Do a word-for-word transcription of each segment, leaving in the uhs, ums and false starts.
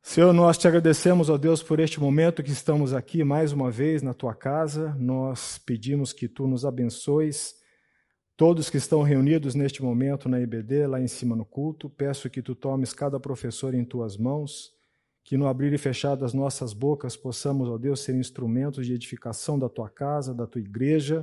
Senhor, nós te agradecemos, ó Deus, por este momento que estamos aqui mais uma vez na tua casa. Nós pedimos que tu nos abençoes, todos que estão reunidos neste momento na I B D, lá em cima no culto. Peço que tu tomes cada professor em tuas mãos, que no abrir e fechar das nossas bocas possamos, ó Deus, ser instrumentos de edificação da tua casa, da tua igreja.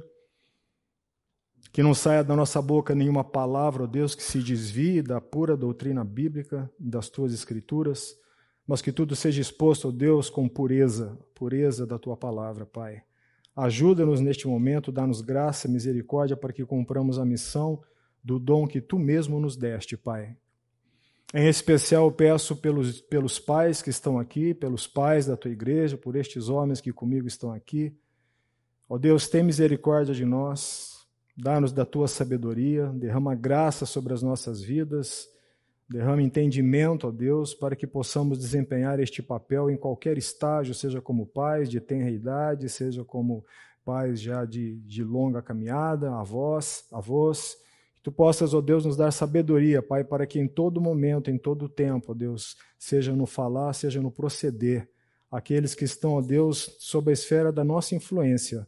Que não saia da nossa boca nenhuma palavra, ó Deus, que se desvie da pura doutrina bíblica, das tuas escrituras, mas que tudo seja exposto, ó Deus, com pureza, pureza da tua palavra, Pai. Ajuda-nos neste momento, dá-nos graça e misericórdia para que cumpramos a missão do dom que tu mesmo nos deste, Pai. Em especial, eu peço pelos, pelos pais que estão aqui, pelos pais da tua igreja, por estes homens que comigo estão aqui. Ó Deus, tem misericórdia de nós, dá-nos da tua sabedoria, derrama graça sobre as nossas vidas, derrama entendimento, ó Deus, para que possamos desempenhar este papel em qualquer estágio, seja como pais de tenra idade, seja como pais já de, de longa caminhada, avós, avós. Que tu possas, ó Deus, nos dar sabedoria, Pai, para que em todo momento, em todo tempo, ó Deus, seja no falar, seja no proceder, aqueles que estão, ó Deus, sob a esfera da nossa influência,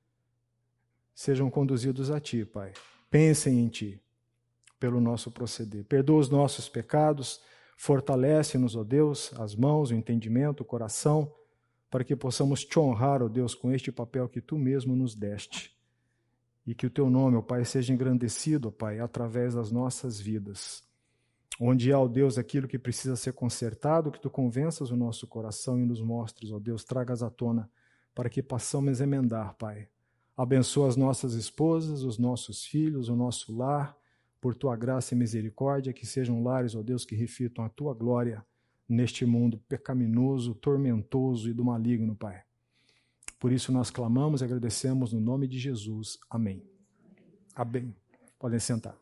sejam conduzidos a Ti, Pai. Pensem em Ti pelo nosso proceder. Perdoa os nossos pecados, fortalece-nos, ó Deus, as mãos, o entendimento, o coração, para que possamos te honrar, ó Deus, com este papel que Tu mesmo nos deste. E que o Teu nome, ó Pai, seja engrandecido, ó Pai, através das nossas vidas. Onde há, ó Deus, aquilo que precisa ser consertado, que Tu convenças o nosso coração e nos mostres, ó Deus, tragas à tona, para que possamos emendar, Pai. Abençoa as nossas esposas, os nossos filhos, o nosso lar, por Tua graça e misericórdia, que sejam lares, ó Deus, que reflitam a Tua glória neste mundo pecaminoso, tormentoso e do maligno, Pai. Por isso nós clamamos e agradecemos no nome de Jesus. Amém. Amém. Podem sentar.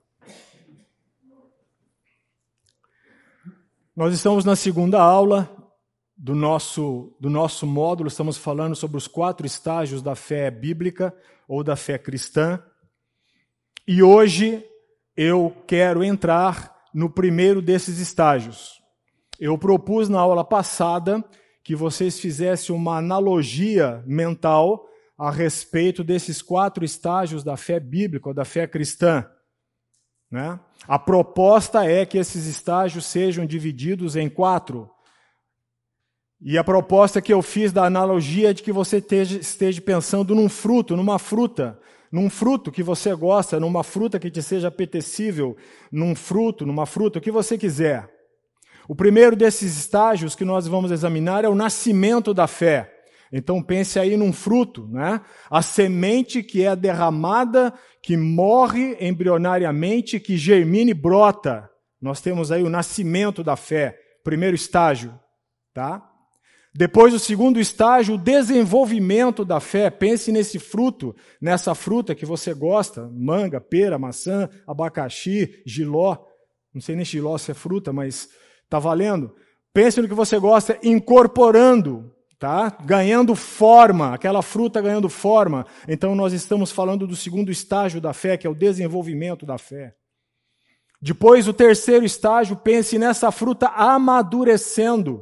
Nós estamos na segunda aula do nosso, do nosso módulo, estamos falando sobre os quatro estágios da fé bíblica ou da fé cristã. E hoje eu quero entrar no primeiro desses estágios. Eu propus na aula passada que vocês fizessem uma analogia mental a respeito desses quatro estágios da fé bíblica ou da fé cristã, né? A proposta é que esses estágios sejam divididos em quatro. E a proposta que eu fiz da analogia é de que você esteja, esteja pensando num fruto, numa fruta, num fruto que você gosta, numa fruta que te seja apetecível, num fruto, numa fruta, o que você quiser. O primeiro desses estágios que nós vamos examinar é o nascimento da fé. Então pense aí num fruto, né? A semente que é derramada, que morre embrionariamente, que germina e brota. Nós temos aí o nascimento da fé, primeiro estágio, tá? Depois, o segundo estágio, o desenvolvimento da fé. Pense nesse fruto, nessa fruta que você gosta, manga, pera, maçã, abacaxi, jiló. Não sei nem jiló se é fruta, mas está valendo. Pense no que você gosta, incorporando, tá? Ganhando forma, aquela fruta ganhando forma. Então, nós estamos falando do segundo estágio da fé, que é o desenvolvimento da fé. Depois, o terceiro estágio, pense nessa fruta amadurecendo.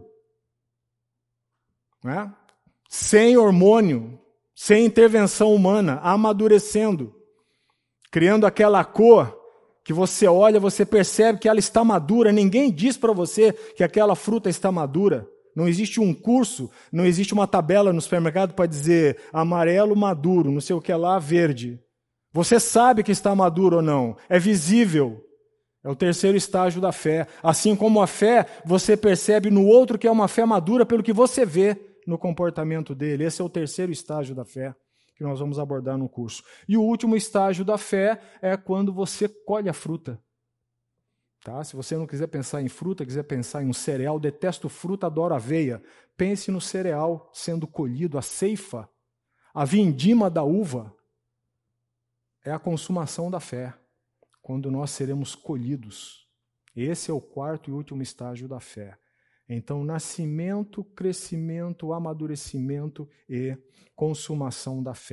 Né? Sem hormônio, sem intervenção humana, amadurecendo, criando aquela cor que você olha, você percebe que ela está madura. Ninguém diz para você que aquela fruta está madura. Não existe um curso, não existe uma tabela no supermercado para dizer amarelo maduro, não sei o que lá, verde. Você sabe que está maduro ou não, é visível. É o terceiro estágio da fé. Assim como a fé, você percebe no outro que é uma fé madura pelo que você vê no comportamento dele. Esse é o terceiro estágio da fé que nós vamos abordar no curso. E o último estágio da fé é quando você colhe a fruta. Tá? Se você não quiser pensar em fruta, quiser pensar em um cereal, detesto fruta, adoro aveia. Pense no cereal sendo colhido, a ceifa, a vindima da uva. É a consumação da fé, quando nós seremos colhidos. Esse é o quarto e último estágio da fé. Então, nascimento, crescimento, amadurecimento e consumação da fé.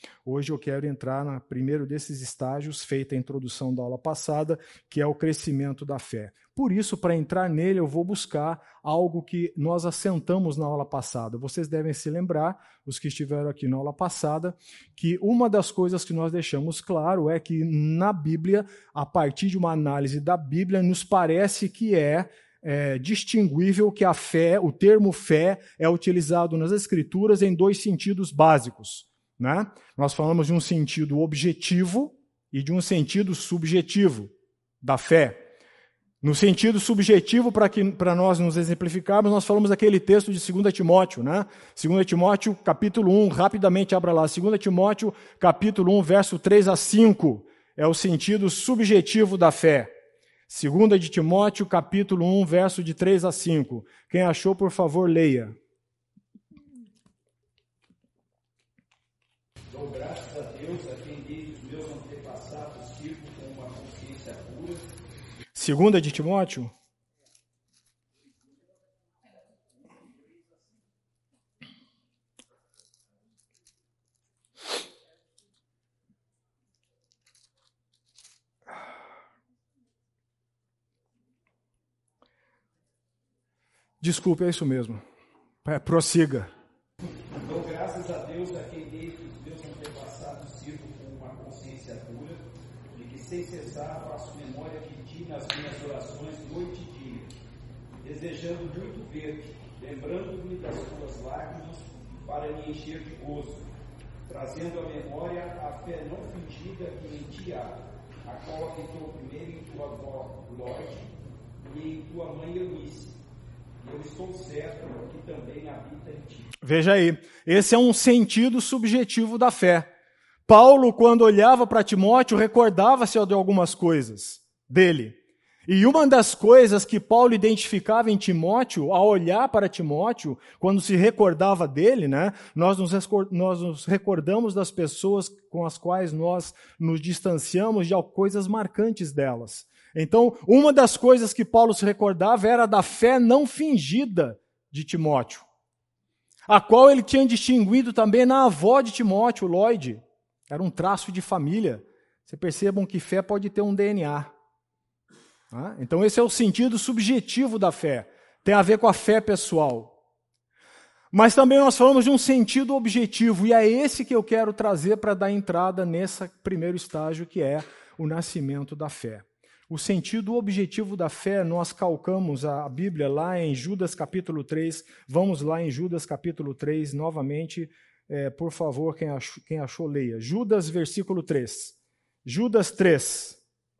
Hoje eu quero entrar no primeiro desses estágios, feita a introdução da aula passada, que é o crescimento da fé. Por isso, para entrar nele, eu vou buscar algo que nós assentamos na aula passada. Vocês devem se lembrar, os que estiveram aqui na aula passada, que uma das coisas que nós deixamos claro é que na Bíblia, a partir de uma análise da Bíblia, nos parece que é É distinguível que a fé, o termo fé, é utilizado nas Escrituras em dois sentidos básicos. Né? Nós falamos de um sentido objetivo e de um sentido subjetivo da fé. No sentido subjetivo, para nós nos exemplificarmos, nós falamos daquele texto de Segunda Timóteo. Né? Segunda Timóteo, capítulo um, rapidamente abra lá. Segunda Timóteo, capítulo um, verso três a cinco, é o sentido subjetivo da fé. Segunda de Timóteo, capítulo um, verso de três a cinco. Quem achou, por favor, leia. Dou graças a Deus a quem desde os meus antepassados sirvo com uma consciência pura. Segunda de Timóteo. Desculpe, é isso mesmo. É, prossiga. Dou graças a Deus a quem desde os meus antepassados sirvo com uma consciência pura, de que sem cessar faço memória de ti nas minhas orações noite e dia, desejando muito ver-te, lembrando-me das tuas lágrimas para me encher de gozo, trazendo à memória a fé não fingida que em ti há, a qual habitou primeiro em tua avó Lorde e em tua mãe Eunice. Eu estou certo que também habita em ti. Veja aí, esse é um sentido subjetivo da fé. Paulo, quando olhava para Timóteo, recordava-se de algumas coisas dele. E uma das coisas que Paulo identificava em Timóteo, ao olhar para Timóteo, quando se recordava dele, né, nós, nos, nós nos recordamos das pessoas com as quais nós nos distanciamos de coisas marcantes delas. Então, uma das coisas que Paulo se recordava era da fé não fingida de Timóteo, a qual ele tinha distinguido também na avó de Timóteo, Lorde. Era um traço de família. Vocês percebam que fé pode ter um D N A. Então, esse é o sentido subjetivo da fé. Tem a ver com a fé pessoal. Mas também nós falamos de um sentido objetivo, e é esse que eu quero trazer para dar entrada nesse primeiro estágio, que é o nascimento da fé. O sentido objetivo da fé, nós calcamos a Bíblia lá em Judas capítulo três. Vamos lá em Judas capítulo três, novamente. É, por favor, quem achou, quem achou, leia. Judas, versículo três. Judas três.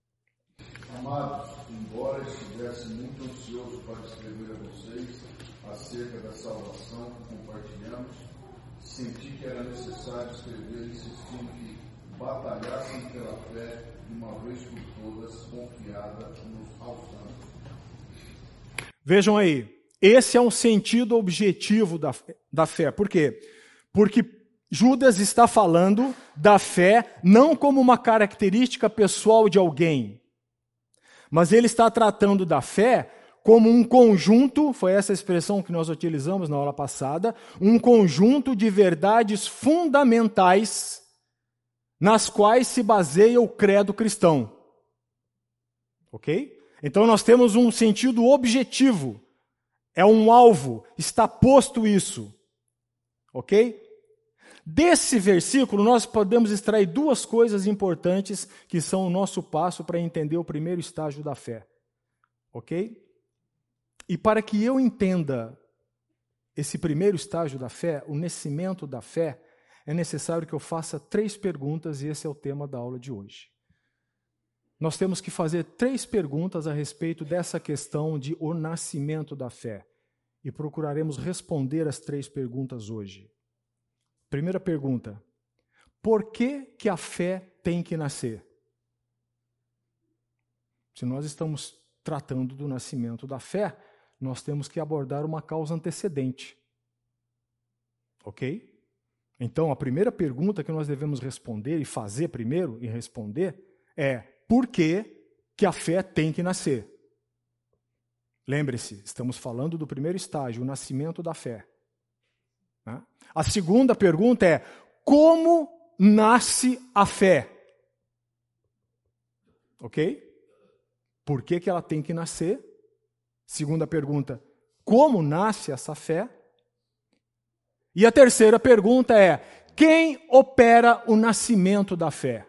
Amados, embora estivesse muito ansioso para escrever a vocês acerca da salvação que compartilhamos, senti que era necessário escrever insistindo que batalhassem pela fé de uma vez por todas, confiada nos aos santos. Vejam aí, esse é um sentido objetivo da, da fé. Por quê? Porque Judas está falando da fé não como uma característica pessoal de alguém, mas ele está tratando da fé como um conjunto, foi essa expressão que nós utilizamos na aula passada, um conjunto de verdades fundamentais nas quais se baseia o credo cristão. Ok? Então nós temos um sentido objetivo, é um alvo, está posto isso. Ok? Desse versículo nós podemos extrair duas coisas importantes que são o nosso passo para entender o primeiro estágio da fé. Ok? E para que eu entenda esse primeiro estágio da fé, o nascimento da fé, é necessário que eu faça três perguntas, e esse é o tema da aula de hoje. Nós temos que fazer três perguntas a respeito dessa questão de o nascimento da fé. E procuraremos responder as três perguntas hoje. Primeira pergunta: por que que a fé tem que nascer? Se nós estamos tratando do nascimento da fé, nós temos que abordar uma causa antecedente. Ok? Então, a primeira pergunta que nós devemos responder e fazer primeiro e responder é: por que que a fé tem que nascer? Lembre-se, estamos falando do primeiro estágio, o nascimento da fé. A segunda pergunta é: como nasce a fé? Ok? Por que que ela tem que nascer? Segunda pergunta, como nasce essa fé? E a terceira pergunta é, quem opera o nascimento da fé?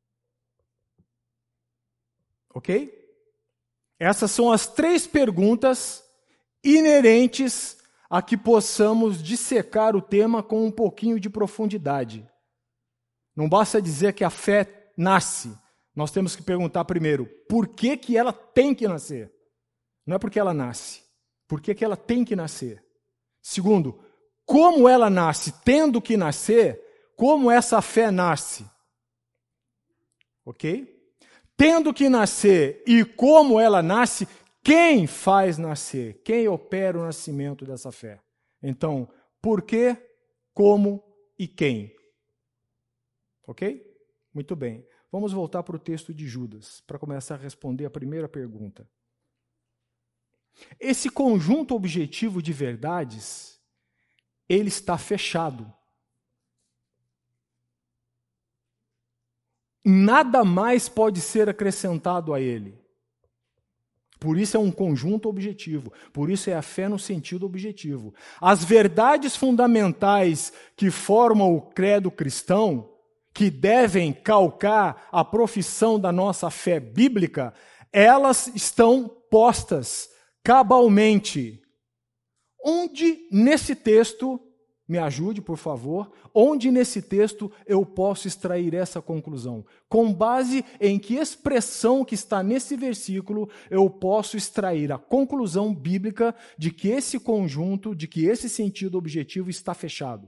Ok? Essas são as três perguntas inerentes a que possamos dissecar o tema com um pouquinho de profundidade. Não basta dizer que a fé nasce. Nós temos que perguntar primeiro, por que que ela tem que nascer? Não é porque ela nasce. Por que que ela tem que nascer? Segundo, como ela nasce, tendo que nascer, como essa fé nasce? Ok? Tendo que nascer e como ela nasce, quem faz nascer? Quem opera o nascimento dessa fé? Então, por que, como e quem? Ok? Muito bem. Vamos voltar para o texto de Judas, para começar a responder a primeira pergunta. Esse conjunto objetivo de verdades, ele está fechado. Nada mais pode ser acrescentado a ele. Por isso é um conjunto objetivo. Por isso é a fé no sentido objetivo. As verdades fundamentais que formam o credo cristão, que devem calcar a profissão da nossa fé bíblica, elas estão postas cabalmente. Onde nesse texto, me ajude, por favor, onde nesse texto eu posso extrair essa conclusão? Com base em que expressão que está nesse versículo eu posso extrair a conclusão bíblica de que esse conjunto, de que esse sentido objetivo está fechado?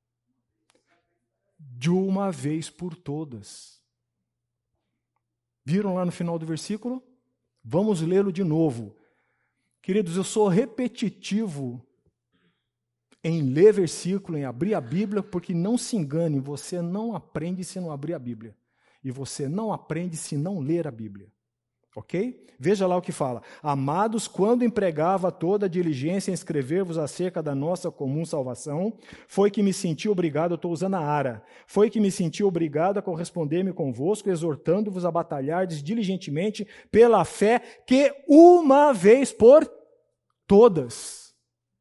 De uma vez por todas. Viram lá no final do versículo? Vamos lê-lo de novo. Queridos, eu sou repetitivo em ler versículo, em abrir a Bíblia, porque não se engane, você não aprende se não abrir a Bíblia. E você não aprende se não ler a Bíblia. Ok? Veja lá o que fala. Amados, quando empregava toda a diligência em escrever-vos acerca da nossa comum salvação, foi que me senti obrigado, eu estou usando a ara, foi que me senti obrigado a corresponder-me convosco, exortando-vos a batalhardes diligentemente pela fé que uma vez por todas,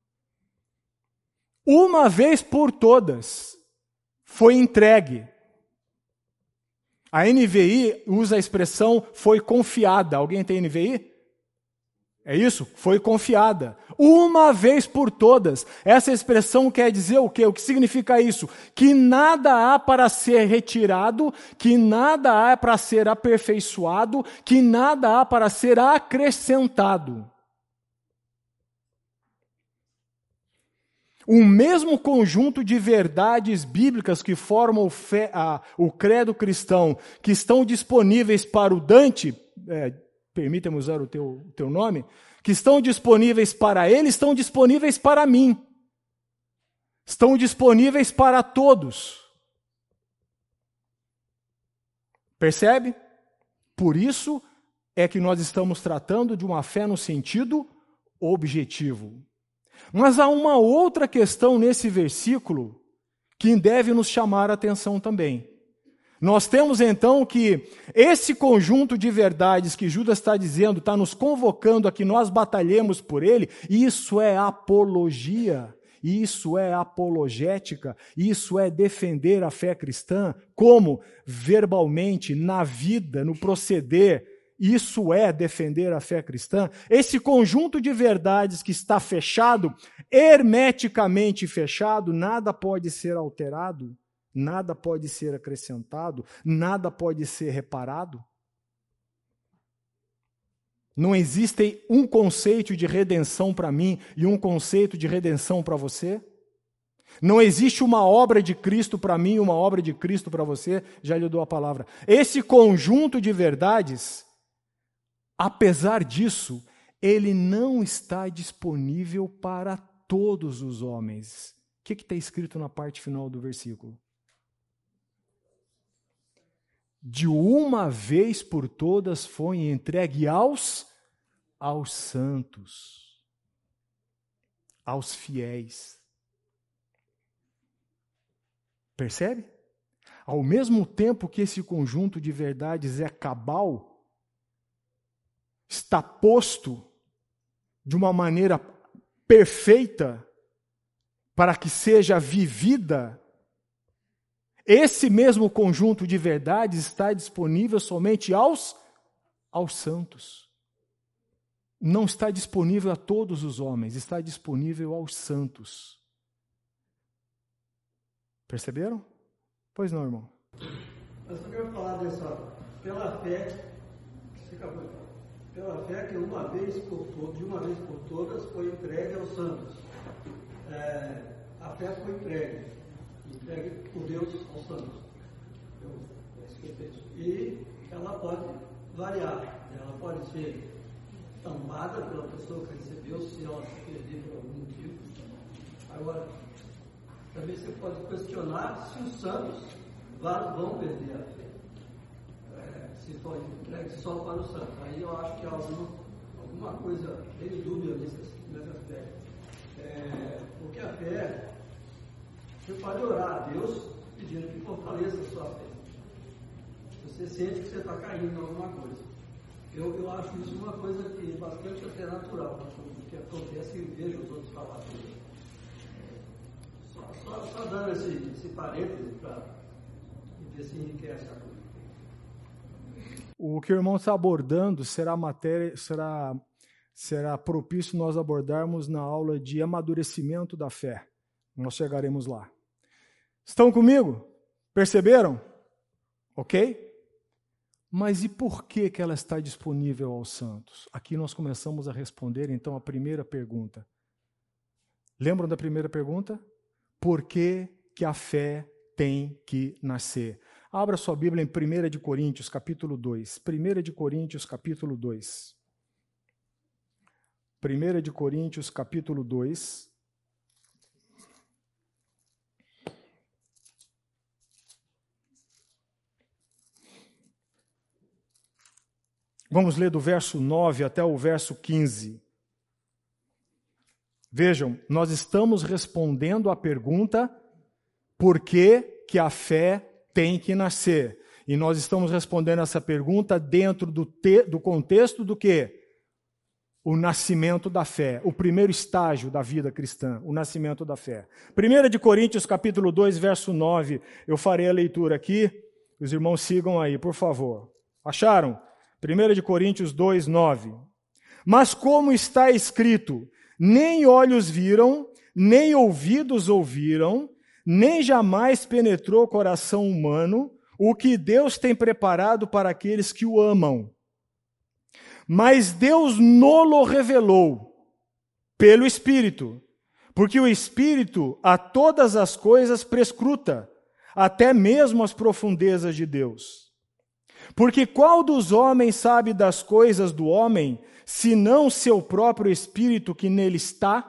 uma vez por todas, foi entregue. A N V I usa a expressão foi confiada. Alguém tem N V I? É isso? Foi confiada. Uma vez por todas. Essa expressão quer dizer o quê? O que significa isso? Que nada há para ser retirado, que nada há para ser aperfeiçoado, que nada há para ser acrescentado. O mesmo conjunto de verdades bíblicas que formam o, fé, a, o credo cristão, que estão disponíveis para o Dante, é, permita-me usar o teu, o teu nome, que estão disponíveis para ele, estão disponíveis para mim. Estão disponíveis para todos. Percebe? Por isso é que nós estamos tratando de uma fé no sentido objetivo. Mas há uma outra questão nesse versículo que deve nos chamar a atenção também. Nós temos então que esse conjunto de verdades que Judas está dizendo, está nos convocando a que nós batalhemos por ele, isso é apologia, isso é apologética, isso é defender a fé cristã, como verbalmente, na vida, no proceder. Isso é defender a fé cristã. Esse conjunto de verdades que está fechado, hermeticamente fechado, nada pode ser alterado, nada pode ser acrescentado, nada pode ser reparado. Não existe um conceito de redenção para mim e um conceito de redenção para você. Não existe uma obra de Cristo para mim e uma obra de Cristo para você. Já lhe dou a palavra. Esse conjunto de verdades, apesar disso, ele não está disponível para todos os homens. O que está escrito na parte final do versículo? De uma vez por todas foi entregue aos, aos santos, aos fiéis. Percebe? ao mesmo tempo que esse conjunto de verdades é cabal, está posto de uma maneira perfeita para que seja vivida, esse mesmo conjunto de verdades está disponível somente aos, aos santos. Não está disponível a todos os homens, está disponível aos santos. Perceberam? Pois não, irmão. Eu só quero falar dessa, pela fé, você acabou de falar, pela fé que uma vez por todas, de uma vez por todas, foi entregue aos santos. É, a fé foi entregue, entregue por Deus aos santos. E ela pode variar, ela pode ser tampada pela pessoa que recebeu, se ela se perder por algum motivo. Agora, também você pode questionar se os santos vão perder a fé. É, se for entregue só para os santos. Aí eu acho que há alguma, alguma coisa bem dúbia nesse, nesse aspecto. É, porque a fé, você pode orar a Deus pedindo que fortaleça a sua fé. Você sente que você está caindo em alguma coisa. Eu, eu acho isso uma coisa que bastante até natural, o que acontece e vejo os outros falar sobre isso. Só, só, só dando esse, esse parêntese para ver se enriquece a coisa. O que o irmão está abordando será matéria, será, será propício nós abordarmos na aula de amadurecimento da fé. Nós chegaremos lá. Estão comigo? Perceberam? Ok? Mas e por que, que ela está disponível aos santos? Aqui nós começamos a responder, então, a primeira pergunta. Lembram da primeira pergunta? Por que, que a fé tem que nascer? Abra sua Bíblia em primeira de Coríntios, capítulo dois. primeira de Coríntios, capítulo dois. primeira de Coríntios, capítulo dois. Vamos ler do verso nove até o verso quinze. Vejam, nós estamos respondendo à pergunta por que, que a fé tem que nascer. E nós estamos respondendo essa pergunta dentro do, te, do contexto do quê? O nascimento da fé, o primeiro estágio da vida cristã, o nascimento da fé. primeira de Coríntios, capítulo dois, verso nove. Eu farei a leitura aqui, os irmãos sigam aí, por favor. Acharam? primeira de Coríntios dois, nove. Mas como está escrito, nem olhos viram, nem ouvidos ouviram, nem jamais penetrou o coração humano o que Deus tem preparado para aqueles que o amam. Mas Deus nolo revelou pelo Espírito, porque o Espírito a todas as coisas prescruta, até mesmo as profundezas de Deus. Porque qual dos homens sabe das coisas do homem, senão seu próprio espírito que nele está?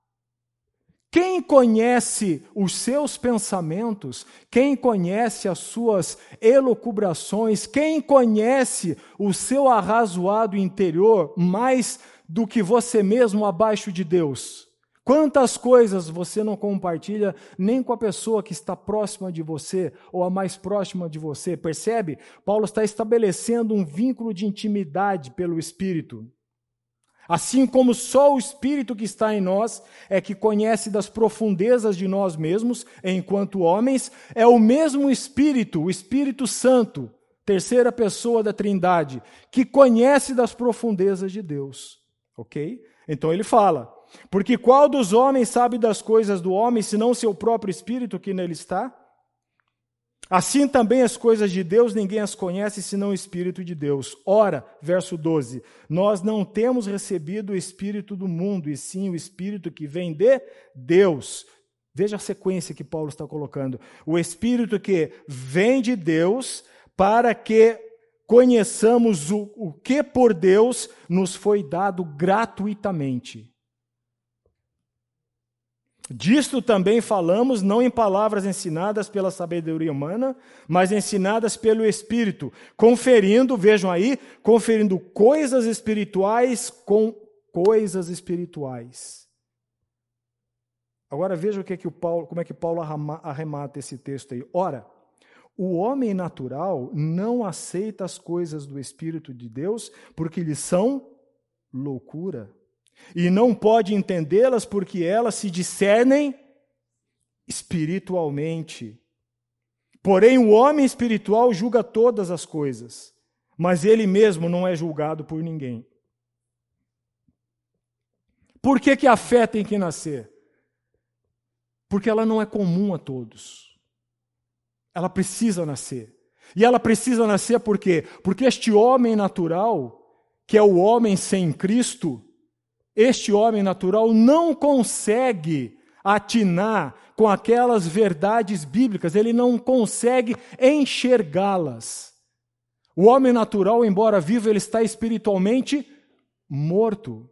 Quem conhece os seus pensamentos? Quem conhece as suas elucubrações? Quem conhece o seu arrazoado interior mais do que você mesmo abaixo de Deus? Quantas coisas você não compartilha nem com a pessoa que está próxima de você ou a mais próxima de você, percebe? Paulo está estabelecendo um vínculo de intimidade pelo Espírito. Assim como só o Espírito que está em nós é que conhece das profundezas de nós mesmos, enquanto homens, é o mesmo Espírito, o Espírito Santo, terceira pessoa da Trindade, que conhece das profundezas de Deus. Ok? Então ele fala... Porque qual dos homens sabe das coisas do homem, senão seu próprio espírito que nele está? Assim também as coisas de Deus ninguém as conhece, senão o Espírito de Deus. Ora, verso doze, nós não temos recebido o Espírito do mundo, e sim o Espírito que vem de Deus. Veja a sequência que Paulo está colocando. O Espírito que vem de Deus para que conheçamos o, o que por Deus nos foi dado gratuitamente. Disto também falamos, não em palavras ensinadas pela sabedoria humana, mas ensinadas pelo Espírito, conferindo, vejam aí, conferindo coisas espirituais com coisas espirituais. Agora veja o que é que o Paulo, como é que Paulo arremata esse texto aí. Ora, o homem natural não aceita as coisas do Espírito de Deus porque lhes são loucura. E não pode entendê-las porque elas se discernem espiritualmente. Porém, o homem espiritual julga todas as coisas, mas ele mesmo não é julgado por ninguém. Por que que a fé tem que nascer? Porque ela não é comum a todos. Ela precisa nascer. E ela precisa nascer por quê? Porque este homem natural, que é o homem sem Cristo, este homem natural não consegue atinar com aquelas verdades bíblicas, ele não consegue enxergá-las. O homem natural, embora vivo, ele está espiritualmente morto.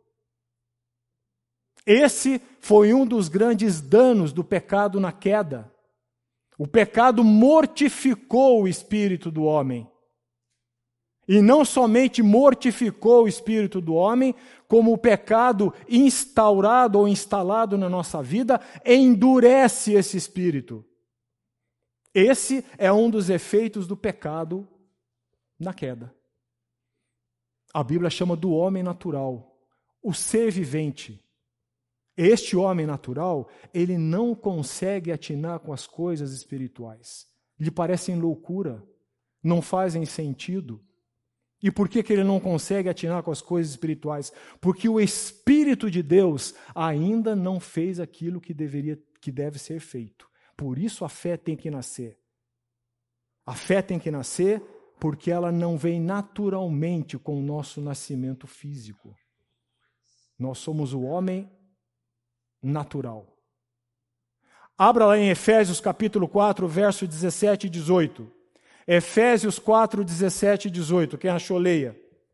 Esse foi um dos grandes danos do pecado na queda. O pecado mortificou o espírito do homem. E não somente mortificou o espírito do homem, como o pecado instaurado ou instalado na nossa vida endurece esse espírito. Esse é um dos efeitos do pecado na queda. A Bíblia chama do homem natural, o ser vivente. Este homem natural, ele não consegue atinar com as coisas espirituais. Lhe parecem loucura, não fazem sentido. E por que que ele não consegue atinar com as coisas espirituais? Porque o Espírito de Deus ainda não fez aquilo que deveria, que deve ser feito. Por isso a fé tem que nascer. A fé tem que nascer porque ela não vem naturalmente com o nosso nascimento físico. Nós somos o homem natural. Abra lá em Efésios capítulo quatro, verso dezessete e dezoito. Efésios quatro, dezessete e dezoito. Quem achou, leia.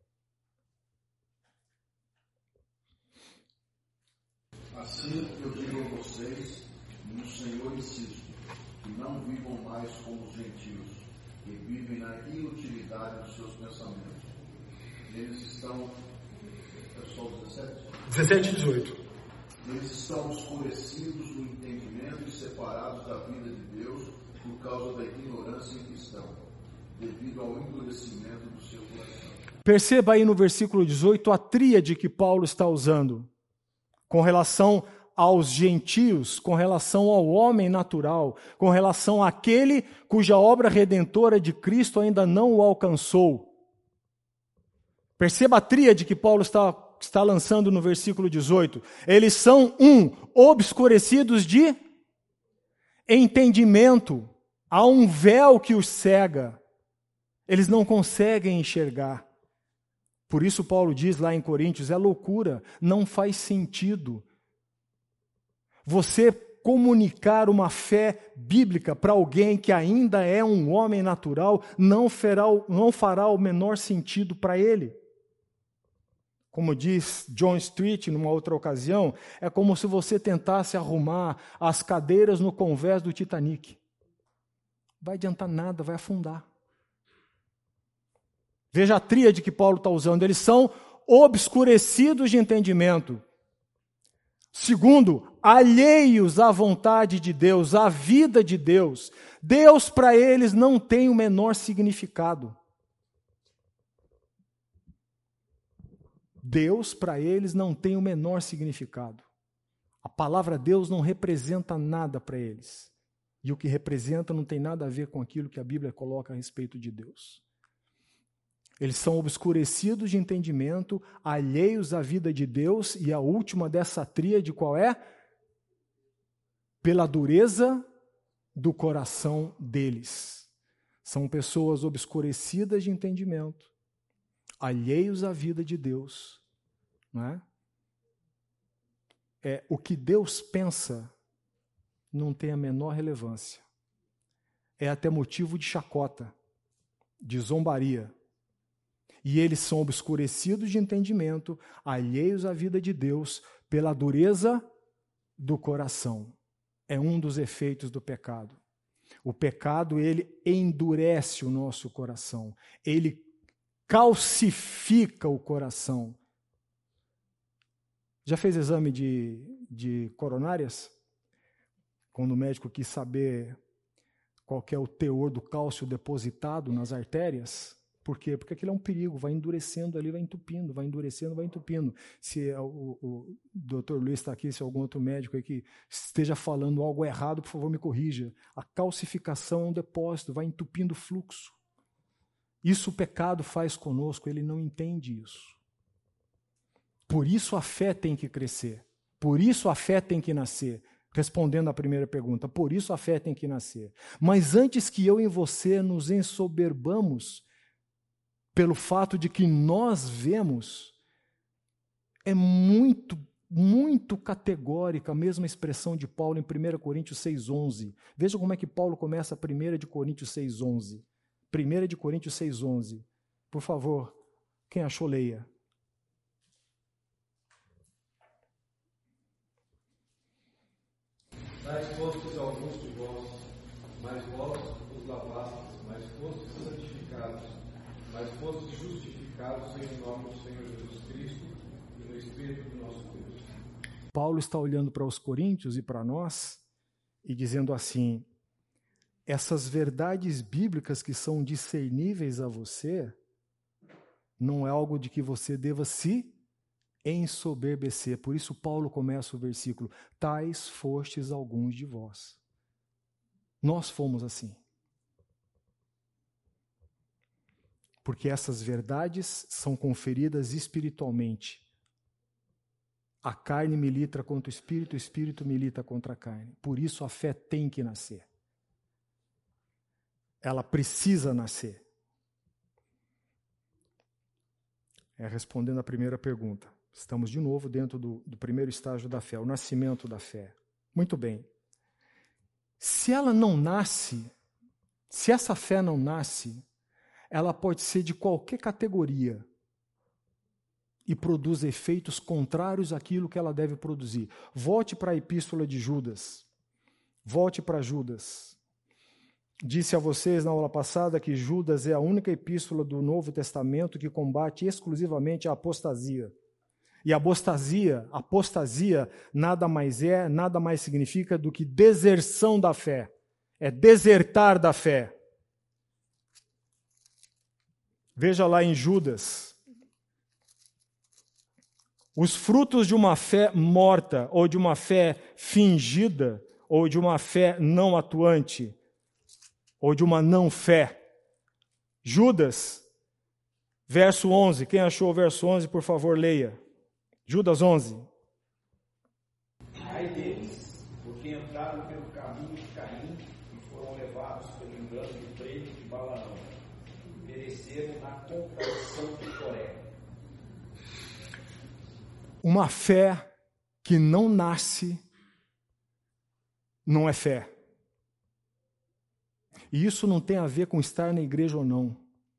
Assim eu digo a vocês, no Senhor insisto, que não vivam mais como os gentios, que vivem na inutilidade dos seus pensamentos. Eles estão... É só o dezessete? dezessete e dezoito. Eles estão escurecidos no entendimento e separados da vida de Deus por causa da ignorância em que estão, devido ao endurecimento do seu coração. Perceba aí no versículo dezoito a tríade que Paulo está usando com relação aos gentios, com relação ao homem natural, com relação àquele cuja obra redentora de Cristo ainda não o alcançou. Perceba a tríade que Paulo está está lançando no versículo dezoito. Eles são, um, obscurecidos de entendimento. Há um véu que os cega. Eles não conseguem enxergar. Por isso Paulo diz lá em Coríntios, é loucura, não faz sentido. Você comunicar uma fé bíblica para alguém que ainda é um homem natural, não fará, não fará o menor sentido para ele. Como diz John Street numa outra ocasião, é como se você tentasse arrumar as cadeiras no convés do Titanic. Vai adiantar nada, vai afundar. Veja a tríade que Paulo está usando. Eles são obscurecidos de entendimento. Segundo, alheios à vontade de Deus, à vida de Deus. Deus para eles não tem o menor significado. Deus, para eles, não tem o menor significado. A palavra Deus não representa nada para eles. E o que representa não tem nada a ver com aquilo que a Bíblia coloca a respeito de Deus. Eles são obscurecidos de entendimento, alheios à vida de Deus, e a última dessa tríade qual é? Pela dureza do coração deles. São pessoas obscurecidas de entendimento, alheios à vida de Deus, não é? É, o que Deus pensa não tem a menor relevância. É até motivo de chacota, de zombaria. E eles são obscurecidos de entendimento, alheios à vida de Deus, pela dureza do coração. É um dos efeitos do pecado. O pecado, ele endurece o nosso coração. Ele calcifica o coração. Já fez exame de, de coronárias? Quando o médico quis saber qual que é o teor do cálcio depositado nas artérias. Por quê? Porque aquilo é um perigo, vai endurecendo ali, vai entupindo, vai endurecendo, vai entupindo. Se o, o doutor Luiz está aqui, se algum outro médico aí que esteja falando algo errado, por favor, me corrija. A calcificação é um depósito, vai entupindo o fluxo. Isso o pecado faz conosco, ele não entende isso. Por isso a fé tem que crescer, por isso a fé tem que nascer. Respondendo à primeira pergunta, por isso a fé tem que nascer. Mas antes que eu e você nos ensoberbamos, pelo fato de que nós vemos, é muito, muito categórica a mesma expressão de Paulo em primeira Coríntios seis, onze. Veja como é que Paulo começa primeira Coríntios seis, onze. primeira Coríntios seis, onze. Por favor, quem achou, leia. Tais fostes alguns de vós, mas vós os lavastes, mas fostes santificados, mas fostes justificados em nome do Senhor Jesus Cristo e no Espírito do nosso Deus. Paulo está olhando para os coríntios e para nós e dizendo assim, essas verdades bíblicas que são discerníveis a você, não é algo de que você deva se ensoberbecer. Por isso Paulo começa o versículo, tais fostes alguns de vós. Nós fomos assim. Porque essas verdades são conferidas espiritualmente. A carne milita contra o espírito, o espírito milita contra a carne. Por isso a fé tem que nascer. Ela precisa nascer. É respondendo a primeira pergunta. Estamos de novo dentro do, do primeiro estágio da fé, o nascimento da fé. Muito bem. Se ela não nasce, se essa fé não nasce, ela pode ser de qualquer categoria e produz efeitos contrários àquilo que ela deve produzir. Volte para a epístola de Judas. Volte para Judas. Disse a vocês na aula passada que Judas é a única epístola do Novo Testamento que combate exclusivamente a apostasia. E a apostasia, apostasia nada mais é, nada mais significa do que deserção da fé. É desertar da fé. Veja lá em Judas. Os frutos de uma fé morta, ou de uma fé fingida, ou de uma fé não atuante, ou de uma não fé. Judas, verso onze. Quem achou o verso onze, por favor, leia. Judas onze. Ai deles, porque entraram pelo caminho de Caim e foram levados pelo engano do freio de Balaão. Pereceram na contradição de Coré. Uma fé que não nasce não é fé. E isso não tem a ver com estar na igreja ou não.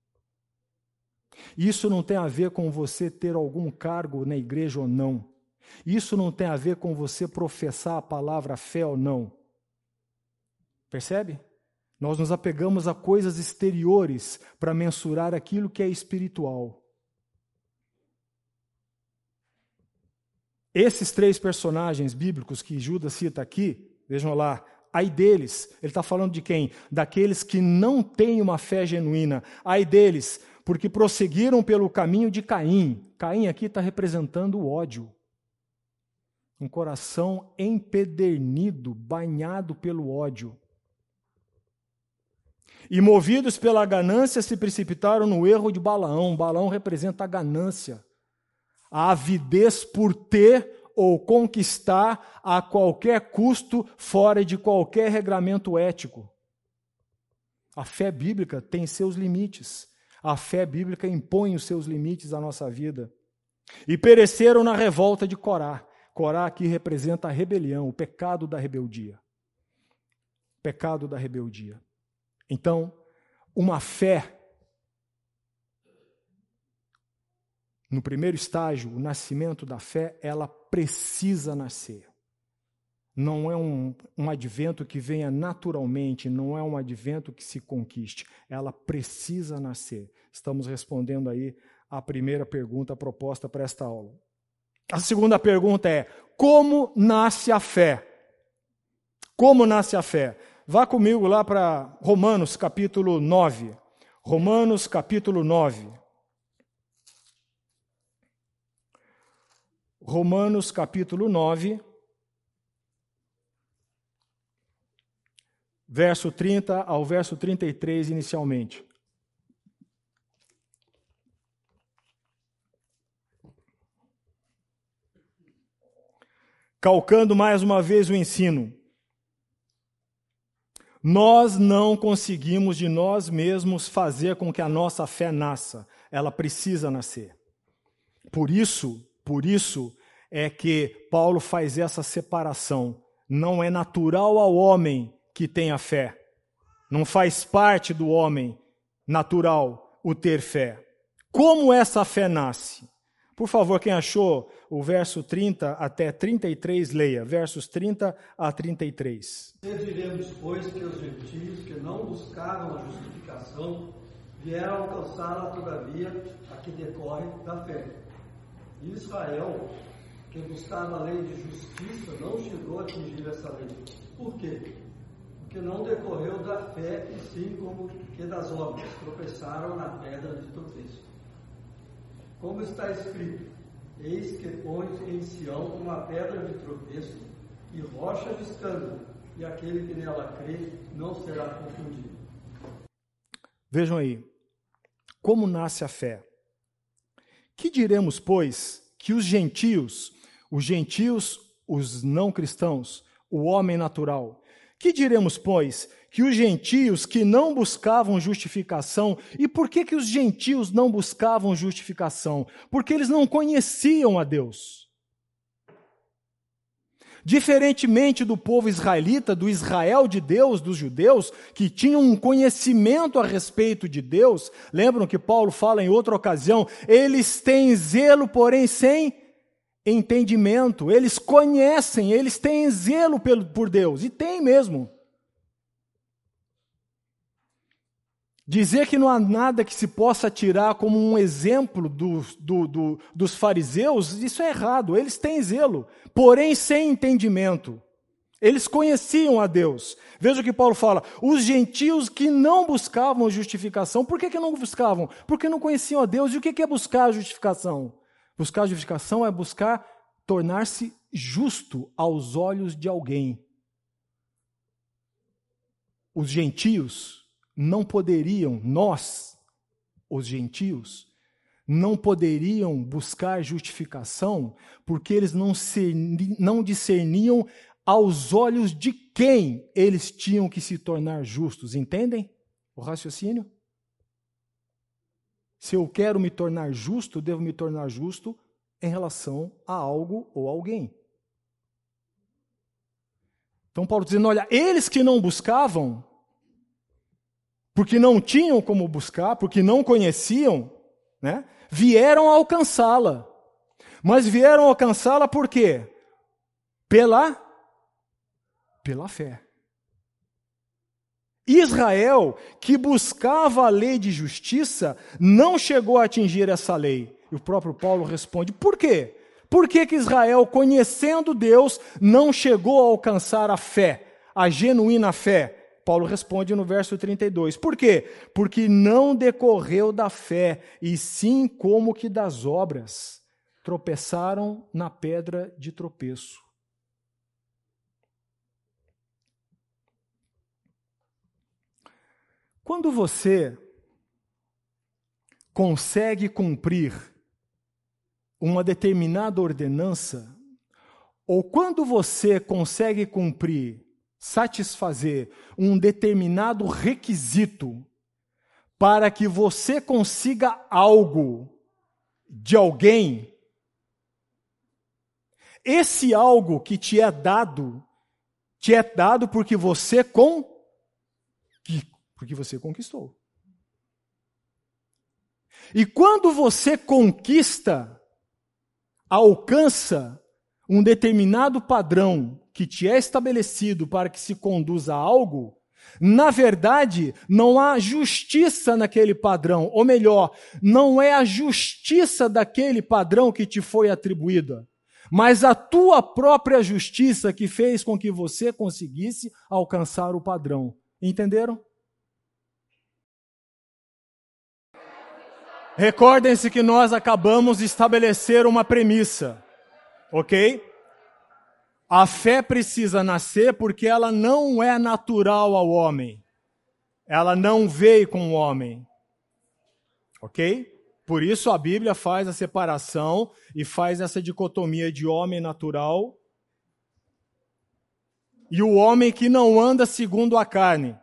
Isso não tem a ver com você ter algum cargo na igreja ou não. Isso não tem a ver com você professar a palavra fé ou não. Percebe? Nós nos apegamos a coisas exteriores para mensurar aquilo que é espiritual. Esses três personagens bíblicos que Judas cita aqui, vejam lá, ai deles, ele está falando de quem? Daqueles que não têm uma fé genuína. Ai deles, porque prosseguiram pelo caminho de Caim. Caim aqui está representando o ódio. Um coração empedernido, banhado pelo ódio. E movidos pela ganância se precipitaram no erro de Balaão. Balaão representa a ganância, a avidez por ter ou conquistar a qualquer custo, fora de qualquer regramento ético. A fé bíblica tem seus limites. A fé bíblica impõe os seus limites à nossa vida. E pereceram na revolta de Corá. Corá aqui representa a rebelião, o pecado da rebeldia. Pecado da rebeldia. Então, uma fé, no primeiro estágio, o nascimento da fé, ela precisa nascer. Não é um, um advento que venha naturalmente, não é um advento que se conquiste. Ela precisa nascer. Estamos respondendo aí a primeira pergunta proposta para esta aula. A segunda pergunta é, como nasce a fé? Como nasce a fé? Vá comigo lá para Romanos capítulo nove. Romanos capítulo nove. Romanos capítulo nove, verso trinta ao verso trinta e três inicialmente. Calcando mais uma vez o ensino. Nós não conseguimos de nós mesmos fazer com que a nossa fé nasça. Ela precisa nascer. Por isso, por isso é que Paulo faz essa separação. Não é natural ao homem que tem a fé. Não faz parte do homem natural o ter fé. Como essa fé nasce? Por favor, quem achou o verso trinta até trinta e três, leia. Versos trinta a trinta e três. Diremos, pois, que os gentios que não buscavam a justificação vieram alcançá-la, todavia, a que decorre da fé. E Israel, que buscava a lei de justiça, não chegou a atingir essa lei. Por quê? Porque não decorreu da fé, e sim como que das obras, tropeçaram na pedra de tropeço. Como está escrito, eis que pões em Sião uma pedra de tropeço e rocha de escândalo, e aquele que nela crê não será confundido. Vejam aí, como nasce a fé. Que diremos, pois, que os gentios, os gentios, os não cristãos, o homem natural, que diremos, pois, que os gentios que não buscavam justificação, e por que que os gentios não buscavam justificação? Porque eles não conheciam a Deus. Diferentemente do povo israelita, do Israel de Deus, dos judeus, que tinham um conhecimento a respeito de Deus, lembram que Paulo fala em outra ocasião, eles têm zelo, porém sem entendimento, eles conhecem, eles têm zelo por Deus, e tem mesmo. Dizer que não há nada que se possa tirar como um exemplo do, do, do, dos fariseus, isso é errado. Eles têm zelo, porém sem entendimento. Eles conheciam a Deus. Veja o que Paulo fala. Os gentios que não buscavam justificação. Por que, que não buscavam? Porque não conheciam a Deus. E o que, que é buscar a justificação? Buscar a justificação é buscar tornar-se justo aos olhos de alguém. Os gentios não poderiam, nós, os gentios, não poderiam buscar justificação porque eles não, cerni, não discerniam aos olhos de quem eles tinham que se tornar justos. Entendem o raciocínio? Se eu quero me tornar justo, devo me tornar justo em relação a algo ou alguém. Então Paulo dizendo, olha, eles que não buscavam, porque não tinham como buscar, porque não conheciam, né, vieram alcançá-la. Mas vieram alcançá-la por quê? Pela, pela fé. Israel, que buscava a lei de justiça, não chegou a atingir essa lei. E o próprio Paulo responde, por quê? Por que que Israel, conhecendo Deus, não chegou a alcançar a fé, a genuína fé? Paulo responde no verso trinta e dois. Por quê? Porque não decorreu da fé, e sim como que das obras. Tropeçaram na pedra de tropeço. Quando você consegue cumprir uma determinada ordenança, ou quando você consegue cumprir, satisfazer um determinado requisito para que você consiga algo de alguém, esse algo que te é dado, te é dado porque você com, porque você conquistou. E quando você conquista, alcança um determinado padrão que te é estabelecido para que se conduza a algo, na verdade, não há justiça naquele padrão, ou melhor, não é a justiça daquele padrão que te foi atribuída, mas a tua própria justiça que fez com que você conseguisse alcançar o padrão. Entenderam? Recordem-se que nós acabamos de estabelecer uma premissa, ok? A fé precisa nascer porque ela não é natural ao homem. Ela não veio com o homem, ok? Por isso a Bíblia faz a separação e faz essa dicotomia de homem natural e o homem que não anda segundo a carne.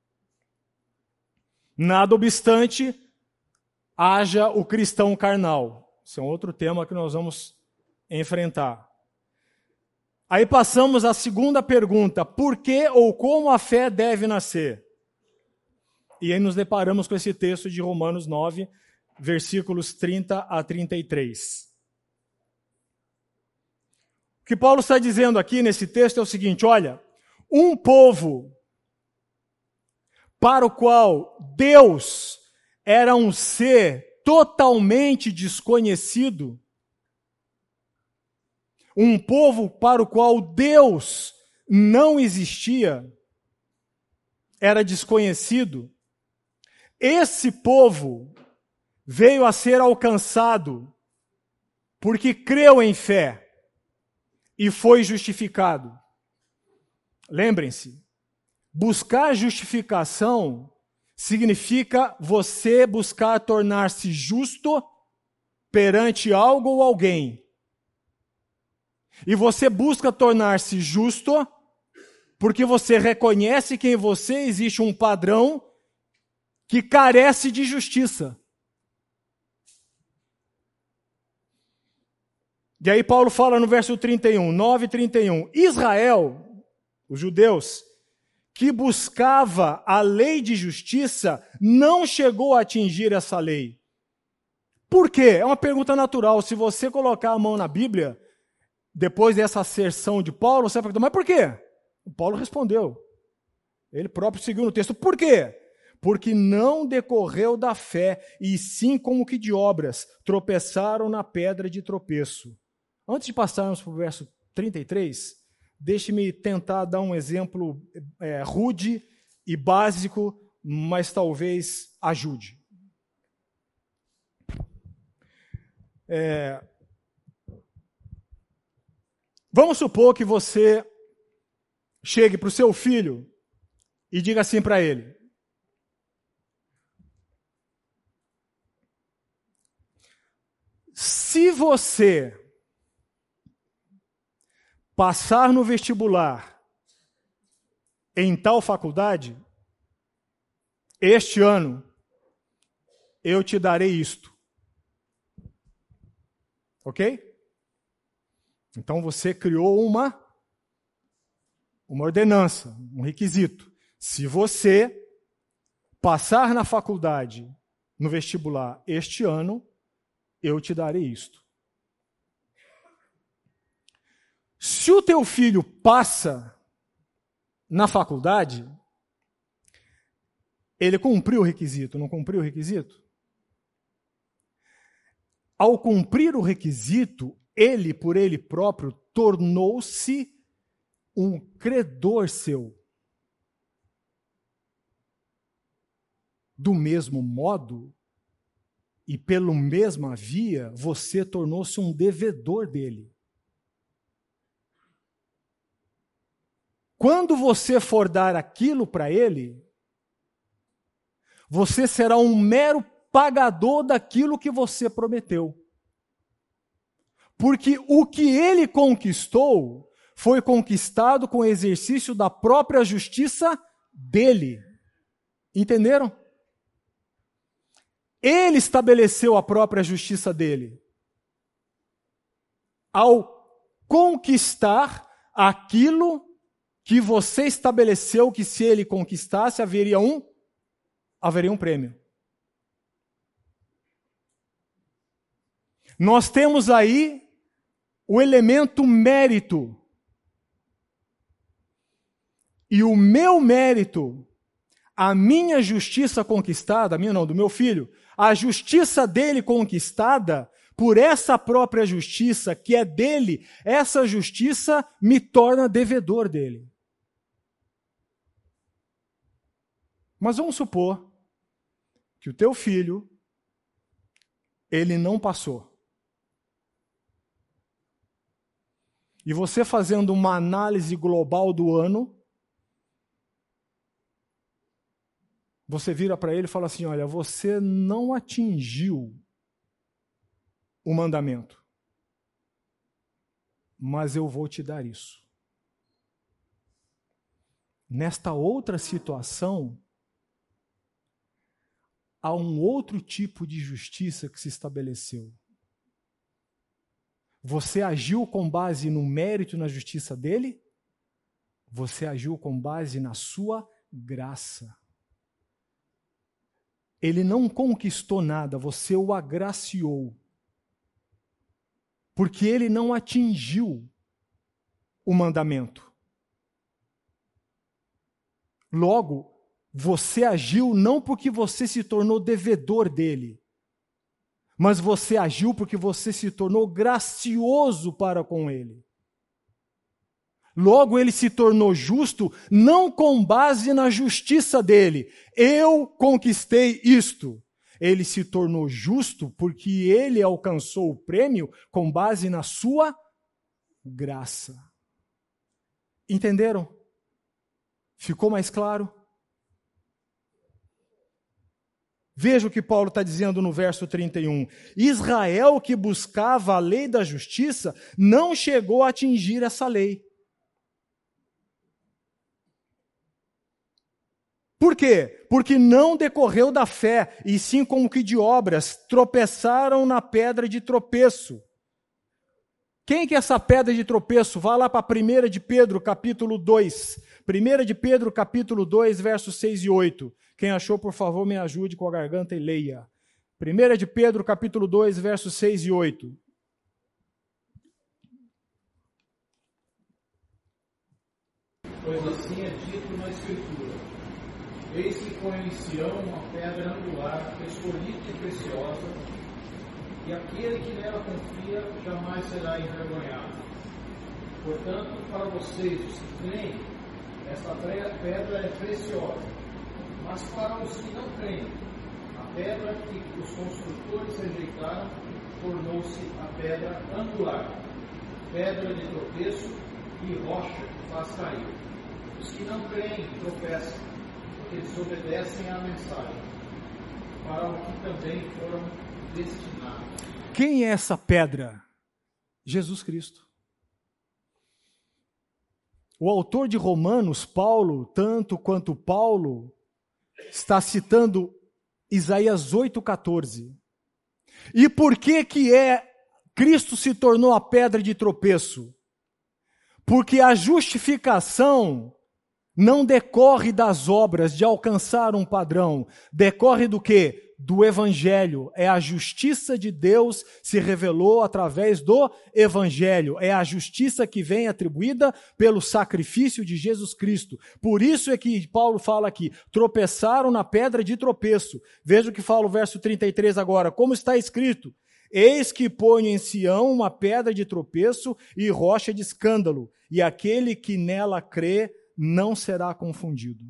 Nada obstante, haja o cristão carnal. Esse é um outro tema que nós vamos enfrentar. Aí passamos à segunda pergunta: por que ou como a fé deve nascer? E aí nos deparamos com esse texto de Romanos nove, versículos trinta a trinta e três. O que Paulo está dizendo aqui nesse texto é o seguinte: olha, um povo para o qual Deus era um ser totalmente desconhecido, um povo para o qual Deus não existia, era desconhecido, esse povo veio a ser alcançado porque creu em fé e foi justificado. Lembrem-se, buscar justificação significa você buscar tornar-se justo perante algo ou alguém. E você busca tornar-se justo porque você reconhece que em você existe um padrão que carece de justiça. E aí Paulo fala no verso trinta e um, nove, trinta e um, Israel, os judeus, que buscava a lei de justiça, não chegou a atingir essa lei. Por quê? É uma pergunta natural. Se você colocar a mão na Bíblia, depois dessa asserção de Paulo, você vai perguntar, mas por quê? O Paulo respondeu. Ele próprio seguiu no texto. Por quê? Porque não decorreu da fé, e sim como que de obras, tropeçaram na pedra de tropeço. Antes de passarmos para o verso trinta e três, deixe-me tentar dar um exemplo é, rude e básico, mas talvez ajude. É, vamos supor que você chegue para o seu filho e diga assim para ele: se você passar no vestibular em tal faculdade, este ano eu te darei isto. Ok? Então você criou uma, uma ordenança, um requisito. Se você passar na faculdade, no vestibular, este ano, eu te darei isto. Se o teu filho passa na faculdade, ele cumpriu o requisito, não cumpriu o requisito? Ao cumprir o requisito, ele, por ele próprio, tornou-se um credor seu. Do mesmo modo, e pela mesma via, você tornou-se um devedor dele. Quando você for dar aquilo para ele, você será um mero pagador daquilo que você prometeu. Porque o que ele conquistou foi conquistado com o exercício da própria justiça dele. Entenderam? Ele estabeleceu a própria justiça dele. Ao conquistar aquilo que você estabeleceu que se ele conquistasse, haveria um, haveria um prêmio. Nós temos aí o elemento mérito. E o meu mérito, a minha justiça conquistada, a minha não, do meu filho, a justiça dele conquistada, por essa própria justiça que é dele, essa justiça me torna devedor dele. Mas vamos supor que o teu filho, ele não passou. E você fazendo uma análise global do ano, você vira para ele e fala assim, olha, você não atingiu o mandamento, mas eu vou te dar isso. Nesta outra situação, há um outro tipo de justiça que se estabeleceu. Você agiu com base no mérito e na justiça dele? Você agiu com base na sua graça. Ele não conquistou nada, você o agraciou. Porque ele não atingiu o mandamento. Logo, você agiu não porque você se tornou devedor dele, mas você agiu porque você se tornou gracioso para com ele. Logo, ele se tornou justo não com base na justiça dele. Eu conquistei isto. Ele se tornou justo porque ele alcançou o prêmio com base na sua graça. Entenderam? Ficou mais claro? Veja o que Paulo está dizendo no verso trinta e um. Israel, que buscava a lei da justiça, não chegou a atingir essa lei. Por quê? Porque não decorreu da fé, e sim como que de obras, tropeçaram na pedra de tropeço. Quem que é essa pedra de tropeço? Vá lá para primeira de Pedro, capítulo dois. primeira de Pedro, capítulo dois, versos seis e oito. Quem achou, por favor, me ajude com a garganta e leia. primeira de Pedro, capítulo dois, versos seis e oito. Pois assim é dito na Escritura: eis que põe em Sião uma pedra angular, escolhida e preciosa, e aquele que nela confia jamais será envergonhado. Portanto, para vocês, os que creem, esta pedra é preciosa. Mas para os que não creem, a pedra que os construtores rejeitaram tornou-se a pedra angular, pedra de tropeço e rocha que faz cair. Os que não creem tropeçam, porque desobedecem à mensagem, para o que também foram destinados. Quem é essa pedra? Jesus Cristo. O autor de Romanos, Paulo, tanto quanto Paulo, está citando Isaías oito, quatorze. E por que que é Cristo se tornou a pedra de tropeço? Porque a justificação não decorre das obras de alcançar um padrão. Decorre do quê? Do Evangelho. É a justiça de Deus se revelou através do Evangelho. É a justiça que vem atribuída pelo sacrifício de Jesus Cristo. Por isso é que Paulo fala aqui, tropeçaram na pedra de tropeço. Veja o que fala o verso trinta e três agora. Como está escrito? Eis que ponho em Sião uma pedra de tropeço e rocha de escândalo, e aquele que nela crê não será confundido.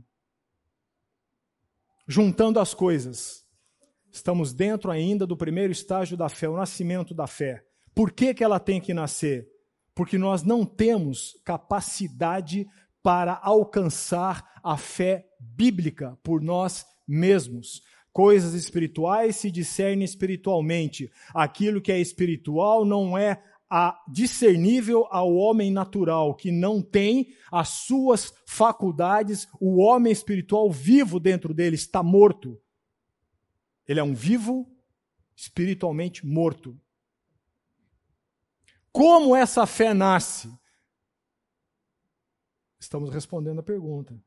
Juntando as coisas, estamos dentro ainda do primeiro estágio da fé, o nascimento da fé. Por que que ela tem que nascer? Porque nós não temos capacidade para alcançar a fé bíblica por nós mesmos. Coisas espirituais se discernem espiritualmente. Aquilo que é espiritual não é a discernível ao homem natural, que não tem as suas faculdades. O homem espiritual vivo dentro dele está morto. Ele é um vivo espiritualmente morto. Como essa fé nasce? Estamos respondendo a pergunta.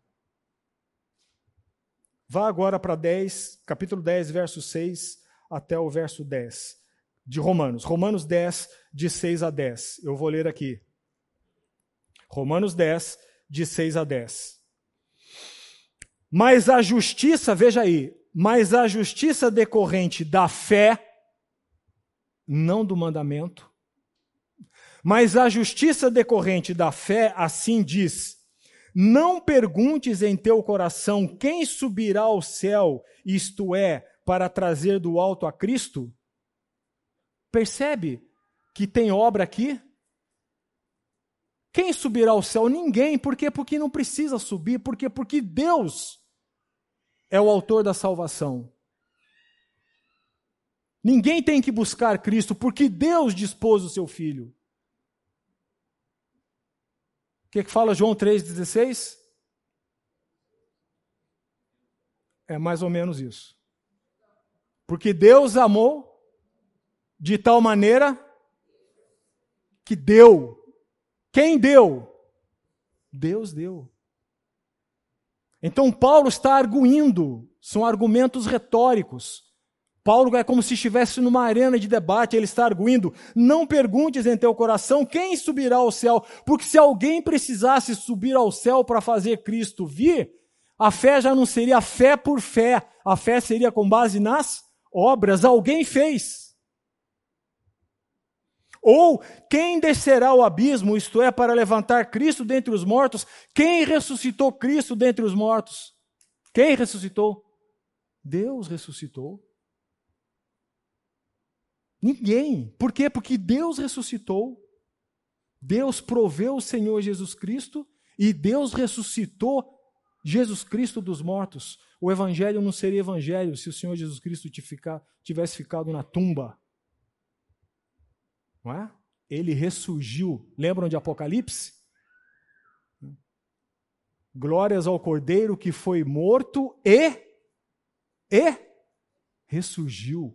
Vá agora para dez, capítulo dez, verso seis até o verso dez de Romanos. Romanos dez, de seis a dez. Eu vou ler aqui. Romanos dez, de seis a dez. Mas a justiça, veja aí, mas a justiça decorrente da fé não do mandamento. Mas a justiça decorrente da fé assim diz: não perguntes em teu coração quem subirá ao céu, isto é, para trazer do alto a Cristo. Percebe que tem obra aqui? Quem subirá ao céu? Ninguém. Por quê? Porque não precisa subir. Por quê? Porque Deus é o autor da salvação. Ninguém tem que buscar Cristo, porque Deus dispôs o seu Filho. O que, que fala João três dezesseis? É mais ou menos isso. Porque Deus amou de tal maneira que deu. Quem deu? Deus deu. Então Paulo está arguindo, são argumentos retóricos. Paulo é como se estivesse numa arena de debate, ele está arguindo: não perguntes em teu coração quem subirá ao céu, porque se alguém precisasse subir ao céu para fazer Cristo vir, a fé já não seria fé por fé, a fé seria com base nas obras, alguém fez. Ou quem descerá ao abismo, isto é, para levantar Cristo dentre os mortos? Quem ressuscitou Cristo dentre os mortos? Quem ressuscitou? Deus ressuscitou. Ninguém. Por quê? Porque Deus ressuscitou. Deus proveu o Senhor Jesus Cristo e Deus ressuscitou Jesus Cristo dos mortos. O evangelho não seria evangelho se o Senhor Jesus Cristo tivesse ficado na tumba. Não é? Ele ressurgiu. Lembram de Apocalipse? Glórias ao Cordeiro que foi morto e, e ressurgiu.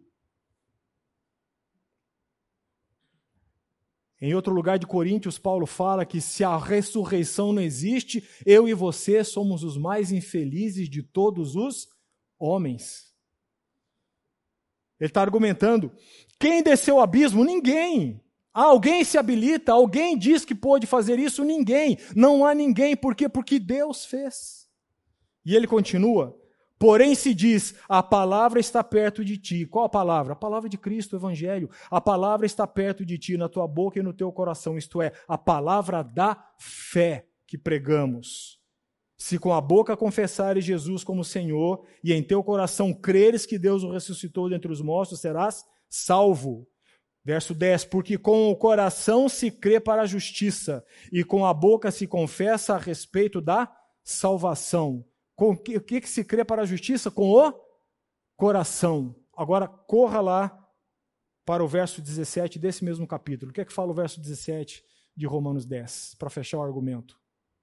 Em outro lugar de Coríntios, Paulo fala que se a ressurreição não existe, eu e você somos os mais infelizes de todos os homens. Ele está argumentando: quem desceu ao abismo? Ninguém. Alguém se habilita, alguém diz que pôde fazer isso? Ninguém. Não há ninguém. Por quê? Porque Deus fez. E ele continua: porém se diz, a palavra está perto de ti. Qual a palavra? A palavra de Cristo, o Evangelho. A palavra está perto de ti, na tua boca e no teu coração. Isto é, a palavra da fé que pregamos. Se com a boca confessares Jesus como Senhor e em teu coração creres que Deus o ressuscitou dentre os mortos, serás salvo. Verso dez, porque com o coração se crê para a justiça e com a boca se confessa a respeito da salvação. Com o que, que se crê para a justiça? Com o coração. Agora corra lá para o verso dezessete desse mesmo capítulo. O que é que fala o verso dezessete de Romanos dez, para fechar o argumento?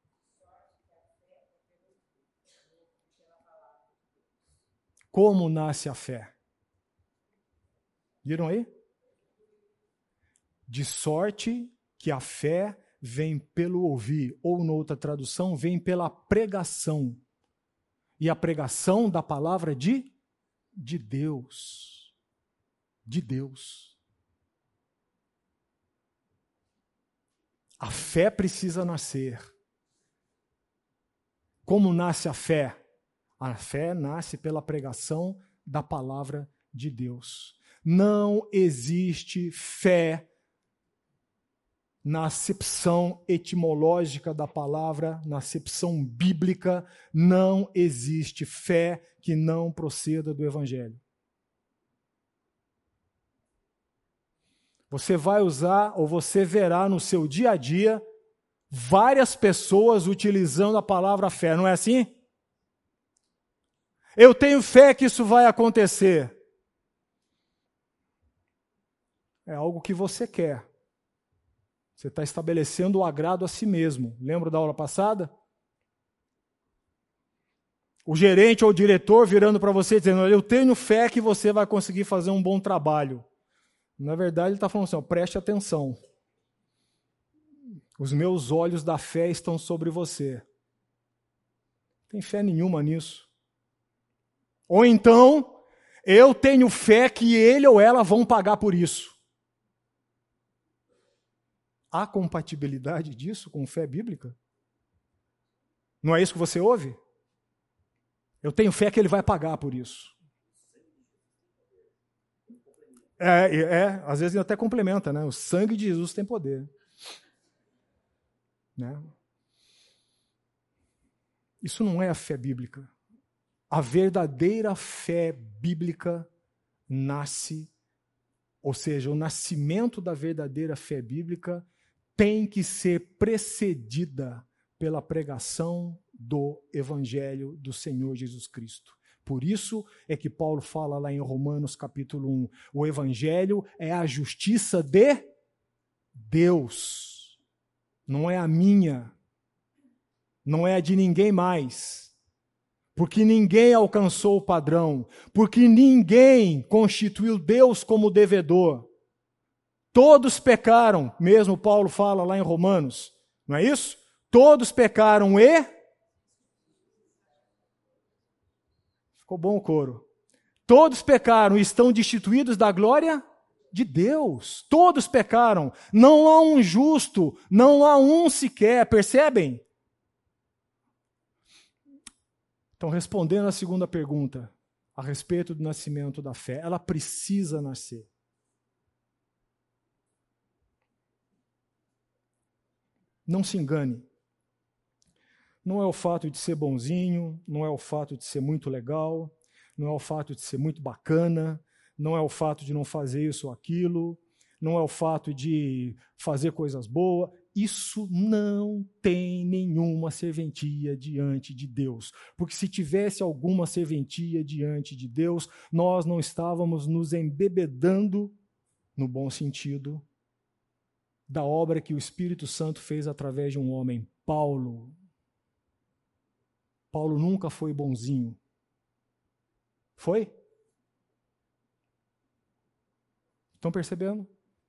Como nasce a fé? Viram aí? De sorte que a fé vem pelo ouvir, ou noutra tradução, vem pela pregação. E a pregação da palavra de, de Deus. De Deus. A fé precisa nascer. Como nasce a fé? A fé nasce pela pregação da palavra de Deus. Não existe fé na acepção etimológica da palavra, na acepção bíblica, não existe fé que não proceda do Evangelho. Você vai usar, ou você verá no seu dia a dia, várias pessoas utilizando a palavra fé, não é assim? Eu tenho fé que isso vai acontecer. É algo que você quer. Você está estabelecendo o agrado a si mesmo. Lembra da aula passada? O gerente ou o diretor virando para você dizendo: eu tenho fé que você vai conseguir fazer um bom trabalho. Na verdade, ele está falando assim: ó, preste atenção. Os meus olhos da fé estão sobre você. Não tem fé nenhuma nisso. Ou então, eu tenho fé que ele ou ela vão pagar por isso. Há compatibilidade disso com fé bíblica? Não é isso que você ouve? Eu tenho fé que ele vai pagar por isso. É, é, às vezes até complementa, né? O sangue de Jesus tem poder. Né? Isso não é a fé bíblica. A verdadeira fé bíblica nasce, ou seja, o nascimento da verdadeira fé bíblica tem que ser precedida pela pregação do Evangelho do Senhor Jesus Cristo. Por isso é que Paulo fala lá em Romanos capítulo um, o Evangelho é a justiça de Deus, não é a minha, não é a de ninguém mais, porque ninguém alcançou o padrão, porque ninguém constituiu Deus como devedor. Todos pecaram, mesmo Paulo fala lá em Romanos, não é isso? Todos pecaram e... Ficou bom o coro. Todos pecaram e estão destituídos da glória de Deus. Todos pecaram. Não há um justo, não há um sequer, percebem? Então, respondendo à segunda pergunta, a respeito do nascimento da fé, ela precisa nascer. Não se engane. Não é o fato de ser bonzinho, não é o fato de ser muito legal, não é o fato de ser muito bacana, não é o fato de não fazer isso ou aquilo, não é o fato de fazer coisas boas. Isso não tem nenhuma serventia diante de Deus. Porque se tivesse alguma serventia diante de Deus, nós não estávamos nos embebedando, no bom sentido, da obra que o Espírito Santo fez através de um homem, Paulo. Paulo nunca foi bonzinho. Foi? Estão percebendo?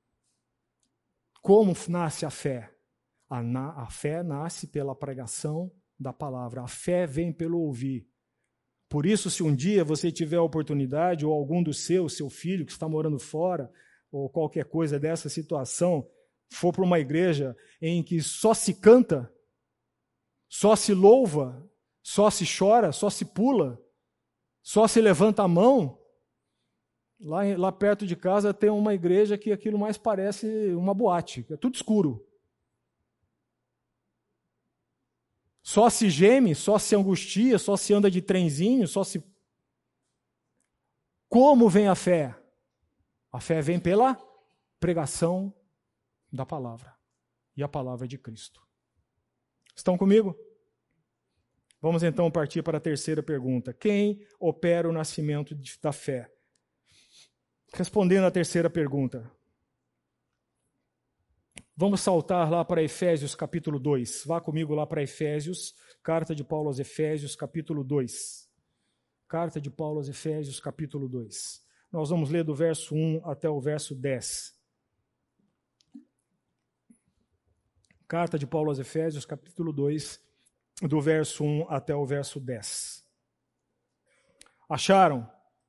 Como nasce a fé? A, na, a fé nasce pela pregação da palavra. A fé vem pelo ouvir. Por isso, se um dia você tiver a oportunidade, ou algum dos seus, seu filho que está morando fora, ou qualquer coisa dessa situação, for para uma igreja em que só se canta, só se louva, só se chora, só se pula, só se levanta a mão, lá, lá perto de casa tem uma igreja que aquilo mais parece uma boate, é tudo escuro. Só se geme, só se angustia, só se anda de trenzinho, só se... Como vem a fé? A fé vem pela pregação da palavra. E a palavra de Cristo. Estão comigo? Vamos então partir para a terceira pergunta. Quem opera o nascimento da fé? Respondendo à terceira pergunta. Vamos saltar lá para Efésios capítulo dois. Vá comigo lá para Efésios, carta de Paulo aos Efésios, capítulo dois. Carta de Paulo aos Efésios, capítulo dois. Nós vamos ler do verso um até o verso dez. Carta de Paulo aos Efésios, capítulo dois, do verso um até o verso dez. Acharam?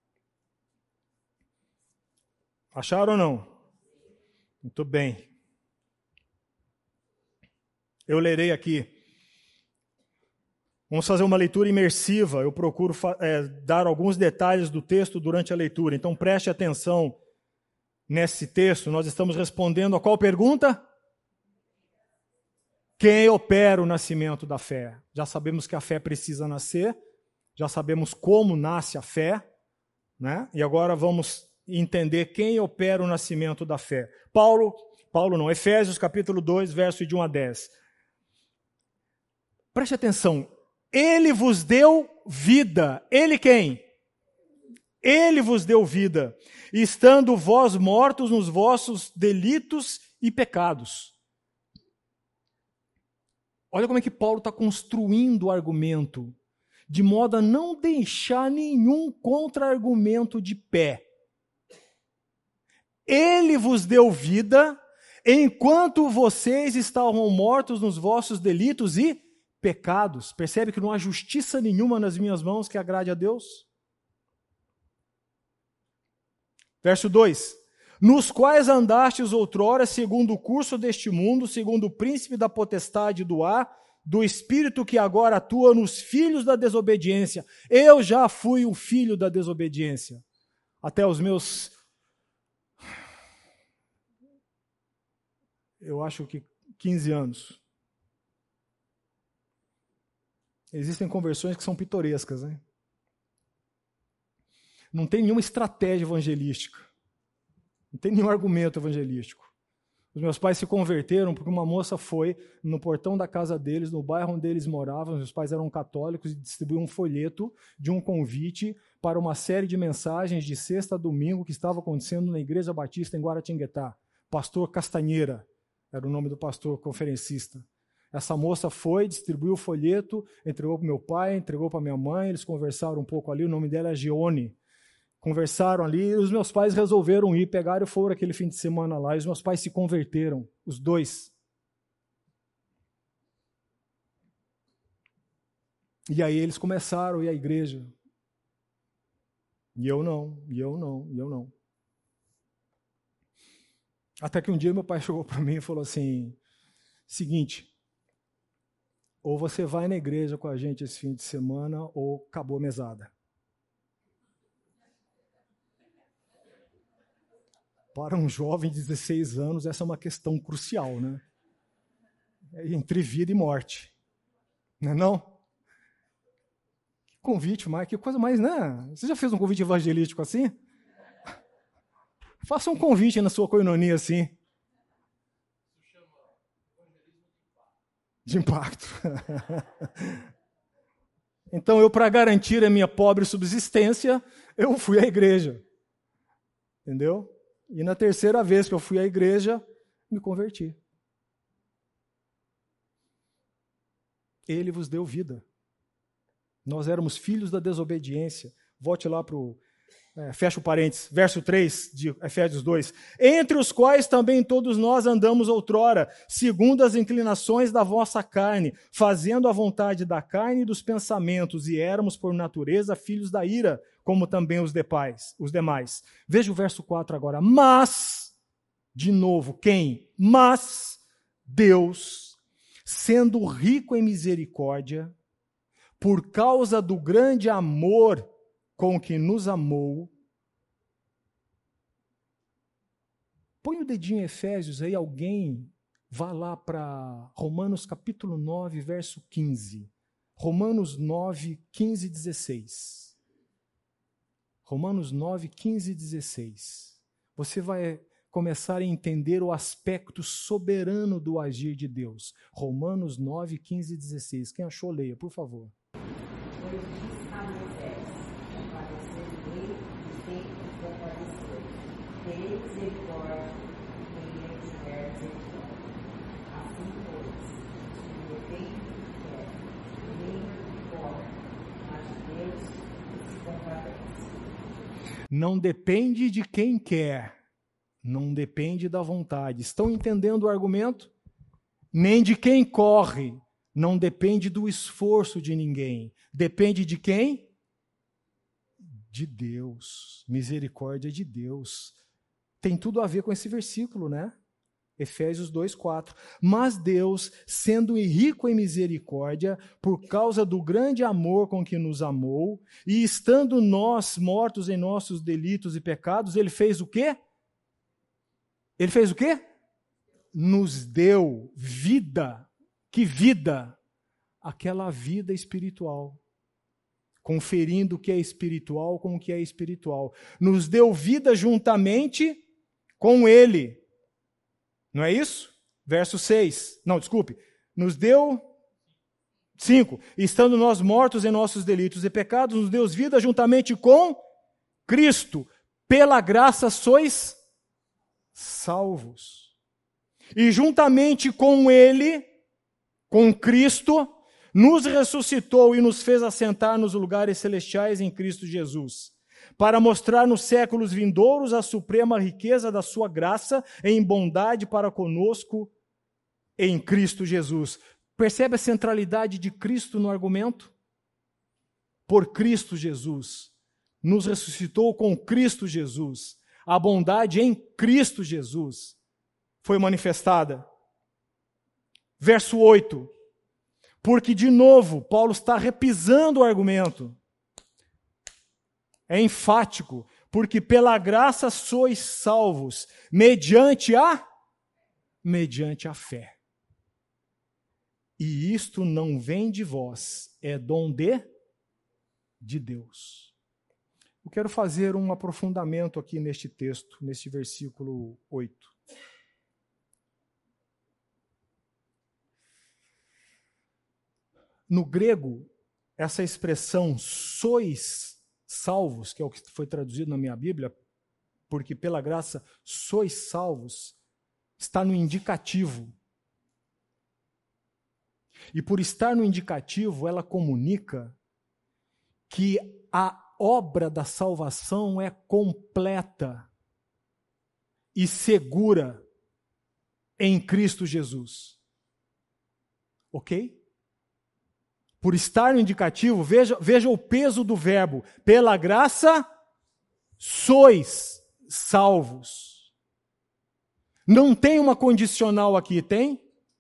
Acharam ou não? Muito bem. Eu lerei aqui. Vamos fazer uma leitura imersiva. Eu procuro é, dar alguns detalhes do texto durante a leitura. Então preste atenção nesse texto. Nós estamos respondendo a qual pergunta? Quem opera o nascimento da fé? Já sabemos que a fé precisa nascer. Já sabemos como nasce a fé. Né? E agora vamos entender quem opera o nascimento da fé. Paulo, Paulo não, Efésios capítulo dois, verso de um a dez. Preste atenção, ele vos deu vida. Ele quem? Ele vos deu vida, estando vós mortos nos vossos delitos e pecados. Olha como é que Paulo está construindo o argumento, de modo a não deixar nenhum contra-argumento de pé. Ele vos deu vida, enquanto vocês estavam mortos nos vossos delitos e pecados. Percebe que não há justiça nenhuma nas minhas mãos que agrade a Deus? Verso dois. Nos quais andastes outrora segundo o curso deste mundo, segundo o príncipe da potestade do ar, do espírito que agora atua nos filhos da desobediência. Eu já fui um filho da desobediência. Até os meus eu acho que quinze anos. Existem conversões que são pitorescas, né? Não tem nenhuma estratégia evangelística. Não tem nenhum argumento evangelístico. Os meus pais se converteram porque uma moça foi no portão da casa deles, no bairro onde eles moravam, meus pais eram católicos, e distribuiu um folheto de um convite para uma série de mensagens de sexta a domingo que estava acontecendo na Igreja Batista em Guaratinguetá. Pastor Castanheira era o nome do pastor conferencista. Essa moça foi, distribuiu o folheto, entregou para o meu pai, entregou para minha mãe, eles conversaram um pouco ali, o nome dela é Gione. Conversaram ali, e os meus pais resolveram ir, pegaram e foram aquele fim de semana lá, e os meus pais se converteram, os dois. E aí eles começaram a ir à igreja. E eu não, e eu não, e eu não. Até que um dia meu pai chegou para mim e falou assim, seguinte, ou você vai na igreja com a gente esse fim de semana, ou acabou a mesada. Para um jovem de dezesseis anos, essa é uma questão crucial, né? É entre vida e morte. Não é não? Que convite, mas que coisa mais, né? Você já fez um convite evangelístico assim? Faça um convite na sua coinonia assim. De impacto. Então, eu, para garantir a minha pobre subsistência, eu fui à igreja. Entendeu? E na terceira vez que eu fui à igreja, me converti. Ele vos deu vida. Nós éramos filhos da desobediência. Volte lá para o... É, fecha o parênteses, verso três de Efésios dois. Entre os quais também todos nós andamos outrora, segundo as inclinações da vossa carne, fazendo a vontade da carne e dos pensamentos, e éramos por natureza filhos da ira, como também os demais. Os demais. Veja o verso quatro agora. Mas, de novo, quem? Mas Deus, sendo rico em misericórdia, por causa do grande amor com que nos amou. Põe o dedinho em Efésios aí, alguém vá lá para Romanos capítulo nove, verso quinze. Romanos nove, quinze e dezesseis. Romanos nove, quinze e dezesseis. Você vai começar a entender o aspecto soberano do agir de Deus. Romanos nove, quinze e dezesseis. Quem achou, leia, por favor. Não depende de quem quer, não depende da vontade. Estão entendendo o argumento? Nem de quem corre, não depende do esforço de ninguém. Depende de quem? De Deus. Misericórdia de Deus. Tem tudo a ver com esse versículo, né? Efésios dois, quatro. Mas Deus, sendo rico em misericórdia, por causa do grande amor com que nos amou, e estando nós mortos em nossos delitos e pecados, Ele fez o quê? Ele fez o quê? Nos deu vida. Que vida? Aquela vida espiritual. Conferindo o que é espiritual com o que é espiritual. Nos deu vida juntamente com Ele. Não é isso? Verso seis. Não, desculpe. Nos deu... cinco. Estando nós mortos em nossos delitos e pecados, nos deu vida juntamente com Cristo. Pela graça sois salvos. E juntamente com Ele, com Cristo, nos ressuscitou e nos fez assentar nos lugares celestiais em Cristo Jesus, para mostrar nos séculos vindouros a suprema riqueza da sua graça em bondade para conosco em Cristo Jesus. Percebe a centralidade de Cristo no argumento? Por Cristo Jesus. Nos ressuscitou com Cristo Jesus. A bondade em Cristo Jesus foi manifestada. Verso oito. Porque, de novo, Paulo está repisando o argumento. É enfático. Porque pela graça sois salvos, mediante a... mediante a fé. E isto não vem de vós, é dom de, de Deus. Eu quero fazer um aprofundamento aqui neste texto, neste versículo oito. No grego, essa expressão sois salvos, que é o que foi traduzido na minha Bíblia, porque pela graça sois salvos, está no indicativo. E por estar no indicativo, ela comunica que a obra da salvação é completa e segura em Cristo Jesus. Ok? Por estar no indicativo, veja, veja o peso do verbo. Pela graça, sois salvos. Não tem uma condicional aqui, tem?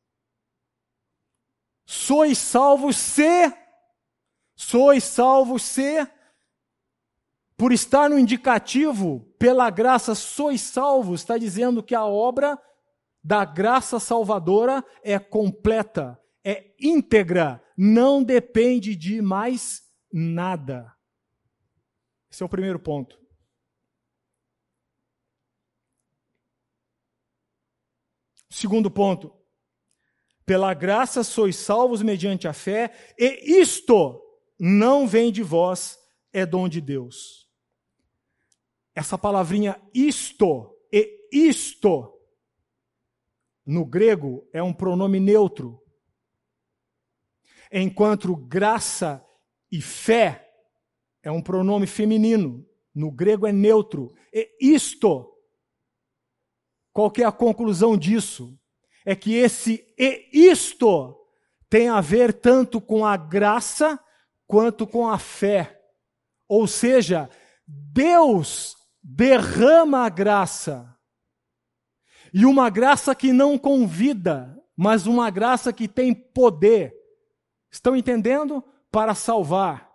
Sois salvos se, sois salvos se, por estar no indicativo, pela graça sois salvos, está dizendo que a obra da graça salvadora é completa, é íntegra, não depende de mais nada. Esse é o primeiro ponto. Segundo ponto. Pela graça sois salvos mediante a fé, e isto não vem de vós, é dom de Deus. Essa palavrinha isto e isto, no grego, é um pronome neutro. Enquanto graça e fé é um pronome feminino. No grego é neutro. E isto, qual que é a conclusão disso? É que esse e isto tem a ver tanto com a graça quanto com a fé. Ou seja, Deus derrama a graça. E uma graça que não convida, mas uma graça que tem poder. Estão entendendo? Para salvar.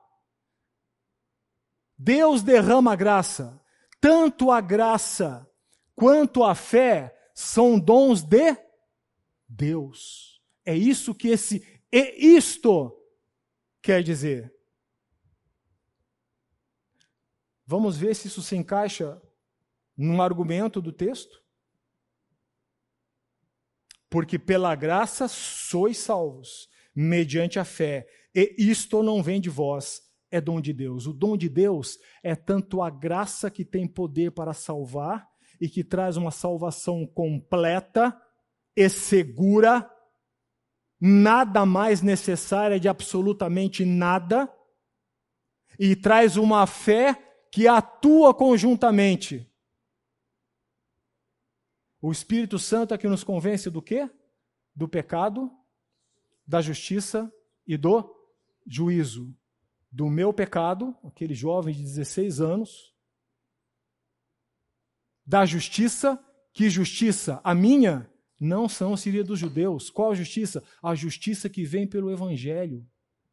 Deus derrama a graça. Tanto a graça quanto a fé são dons de Deus. É isso que esse e isto quer dizer. Vamos ver se isso se encaixa num argumento do texto? Porque pela graça sois salvos, mediante a fé, e isto não vem de vós, é dom de Deus. O dom de Deus é tanto a graça que tem poder para salvar e que traz uma salvação completa e segura, nada mais necessária de absolutamente nada, e traz uma fé que atua conjuntamente. O Espírito Santo é que nos convence do quê? Do pecado, da justiça e do juízo. Do meu pecado, aquele jovem de dezesseis anos, da justiça, que justiça? A minha? Não são, seria dos judeus. Qual a justiça? A justiça que vem pelo Evangelho.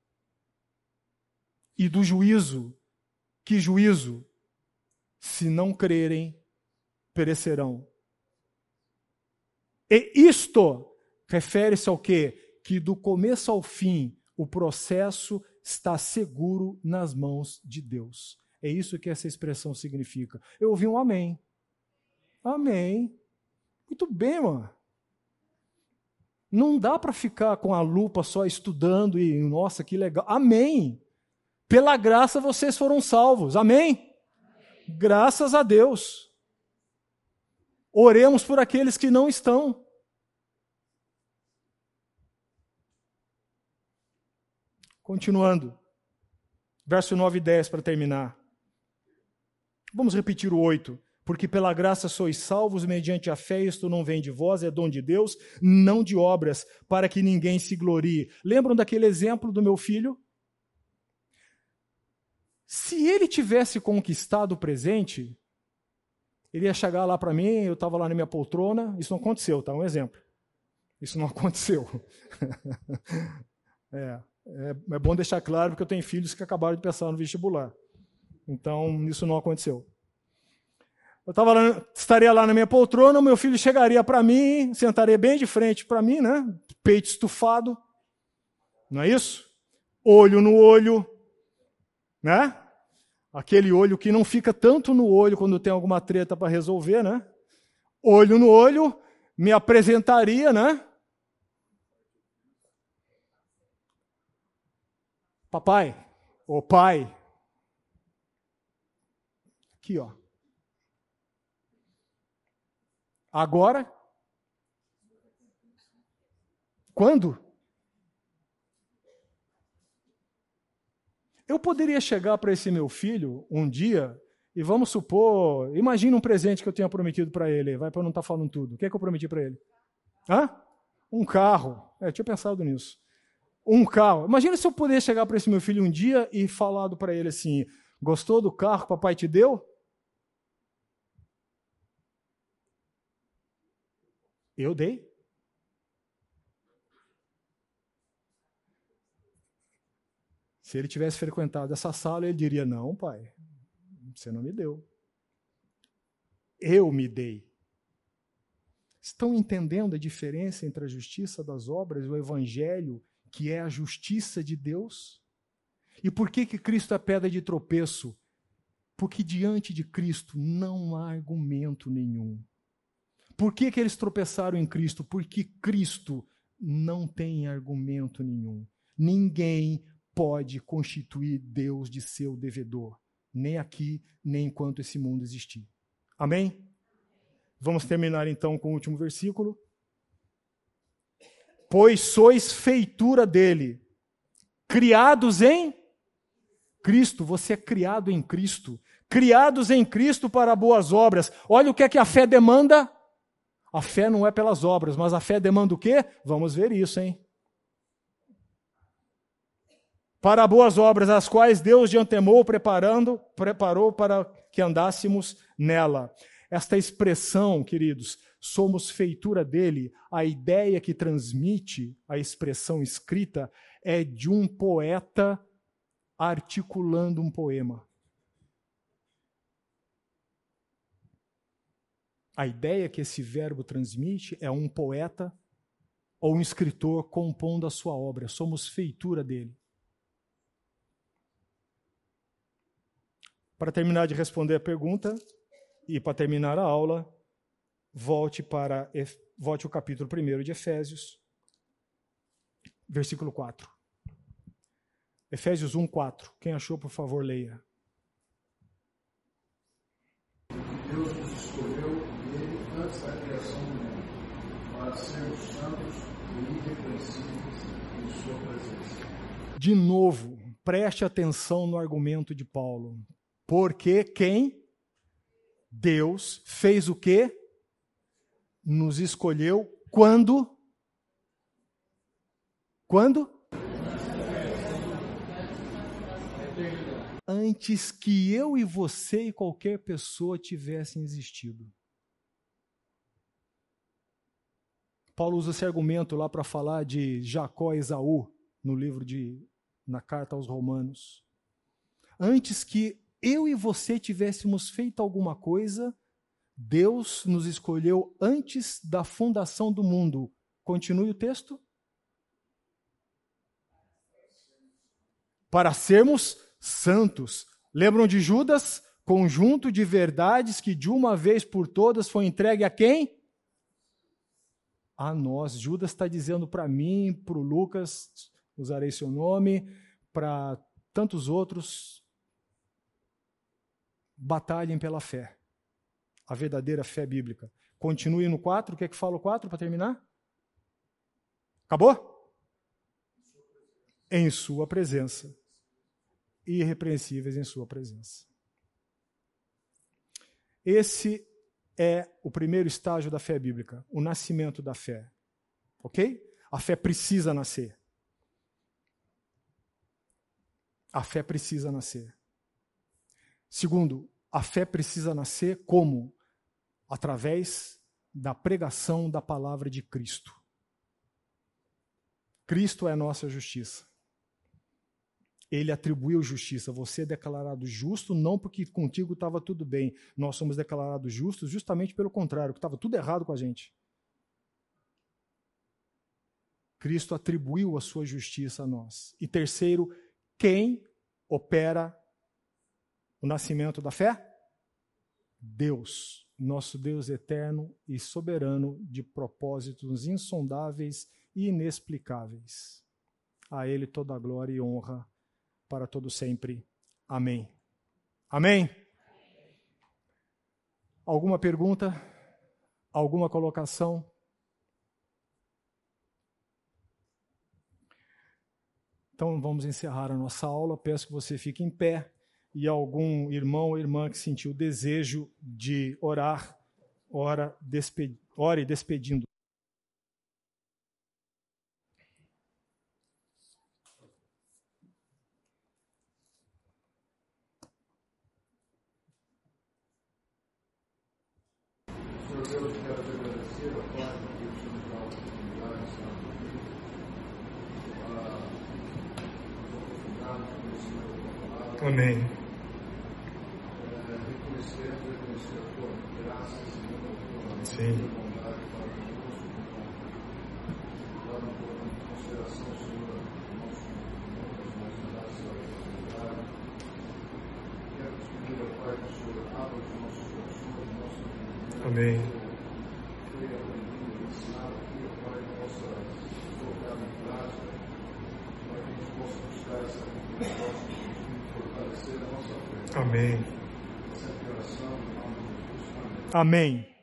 E do juízo. Que juízo? Se não crerem, perecerão. E isto refere-se ao quê? Que do começo ao fim, o processo está seguro nas mãos de Deus. É isso que essa expressão significa. Eu ouvi um amém. Amém. Muito bem, mano. Não dá para ficar com a lupa só estudando e, nossa, que legal. Amém. Pela graça vocês foram salvos. Amém? Amém. Graças a Deus. Oremos por aqueles que não estão. Continuando. Verso nove e dez para terminar. Vamos repetir o oito. Porque pela graça sois salvos mediante a fé, isto não vem de vós, é dom de Deus, não de obras, para que ninguém se glorie. Lembram daquele exemplo do meu filho? Se ele tivesse conquistado o presente, ele ia chegar lá para mim, eu estava lá na minha poltrona, isso não aconteceu, tá? Um exemplo. Isso não aconteceu. é, é, é bom deixar claro, porque eu tenho filhos que acabaram de passar no vestibular. Então, isso não aconteceu. Eu tava lá, estaria lá na minha poltrona, meu filho chegaria para mim, sentaria bem de frente para mim, né? Peito estufado. Não é isso? Olho no olho, né? Aquele olho que não fica tanto no olho quando tem alguma treta para resolver, né? Olho no olho, me apresentaria, né? Papai, ou pai. Aqui, ó. Agora? Quando? Eu poderia chegar para esse meu filho um dia e vamos supor, imagina um presente que eu tinha prometido para ele, vai para eu não estar falando tudo. O que é que eu prometi para ele? Hã? Um carro. É, eu tinha pensado nisso. Um carro. Imagina se eu pudesse chegar para esse meu filho um dia e falar para ele assim, gostou do carro que papai te deu? Eu dei. Se ele tivesse frequentado essa sala, ele diria, não, pai, você não me deu. Eu me dei. Estão entendendo a diferença entre a justiça das obras e o evangelho, que é a justiça de Deus? E por que que Cristo é pedra de tropeço? Porque diante de Cristo não há argumento nenhum. Por que que eles tropeçaram em Cristo? Porque Cristo não tem argumento nenhum. Ninguém pode constituir Deus de seu devedor, nem aqui, nem enquanto esse mundo existir. Amém? Vamos terminar então com o último versículo. Pois sois feitura dele, criados em Cristo. Você é criado em Cristo. Criados em Cristo para boas obras. Olha o que é que a fé demanda. A fé não é pelas obras, mas a fé demanda o quê? Vamos ver isso, hein? Para boas obras, as quais Deus de antemão preparando, preparou para que andássemos nela. Esta expressão, queridos, somos feitura dele, a ideia que transmite a expressão escrita é de um poeta articulando um poema. A ideia que esse verbo transmite é um poeta ou um escritor compondo a sua obra. Somos feitura dele. Para terminar de responder a pergunta e para terminar a aula, volte para volte ao capítulo primeiro de Efésios, versículo quatro. Efésios um, quatro. Quem achou, por favor, leia. Deus nos escolheu nele antes da criação do mundo, para sermos santos e irrepreensíveis em sua presença. De novo, preste atenção no argumento de Paulo. Porque quem? Deus fez o quê? Nos escolheu quando? Quando? Antes que eu e você e qualquer pessoa tivessem existido. Paulo usa esse argumento lá para falar de Jacó e Esaú, no livro de, na carta aos Romanos. Antes que eu e você tivéssemos feito alguma coisa, Deus nos escolheu antes da fundação do mundo. Continue o texto. Para sermos santos. Lembram de Judas? Conjunto de verdades que de uma vez por todas foi entregue a quem? A nós. Judas está dizendo para mim, para o Lucas, usarei seu nome, para tantos outros, batalhem pela fé. A verdadeira fé bíblica. Continue no quatro. O que é que fala o quatro para terminar? Acabou? Em sua presença. Irrepreensíveis em sua presença. Esse é o primeiro estágio da fé bíblica, o nascimento da fé. Ok? A fé precisa nascer. A fé precisa nascer. Segundo, a fé precisa nascer como? Através da pregação da palavra de Cristo. Cristo é a nossa justiça. Ele atribuiu justiça. Você é declarado justo não porque contigo estava tudo bem. Nós somos declarados justos justamente pelo contrário, que estava tudo errado com a gente. Cristo atribuiu a sua justiça a nós. E terceiro, quem opera o nascimento da fé? Deus, nosso Deus eterno e soberano de propósitos insondáveis e inexplicáveis. A Ele toda a glória e honra para todo sempre. Amém. Amém? Alguma pergunta? Alguma colocação? Então vamos encerrar a nossa aula. Peço que você fique em pé e algum irmão ou irmã que sentiu o desejo de orar, ora, desped... ore despedindo. Senhor Deus, eu quero te agradecer a Pai, porque o Senhor nos dá a oportunidade de estar aqui, para nos aprofundarmos no conhecimento da tua palavra. Amém. É, reconhecendo, reconhecer a tua graça, Senhor, a tua Sim. bondade para conosco, levando em consideração, Senhor, o nosso as nossas graças, a oportunidade. Quero te pedir, ó Pai, que o Senhor abra os nossos corações, os nossos entendimento. Amém. Foi aprendido, ensinado aqui, ó Pai, possa colocar em prática, para que a gente possa buscar essa possa fortalecer a nossa fé. Amém. Essa é a oração, em nome de Jesus. Amém. Amém.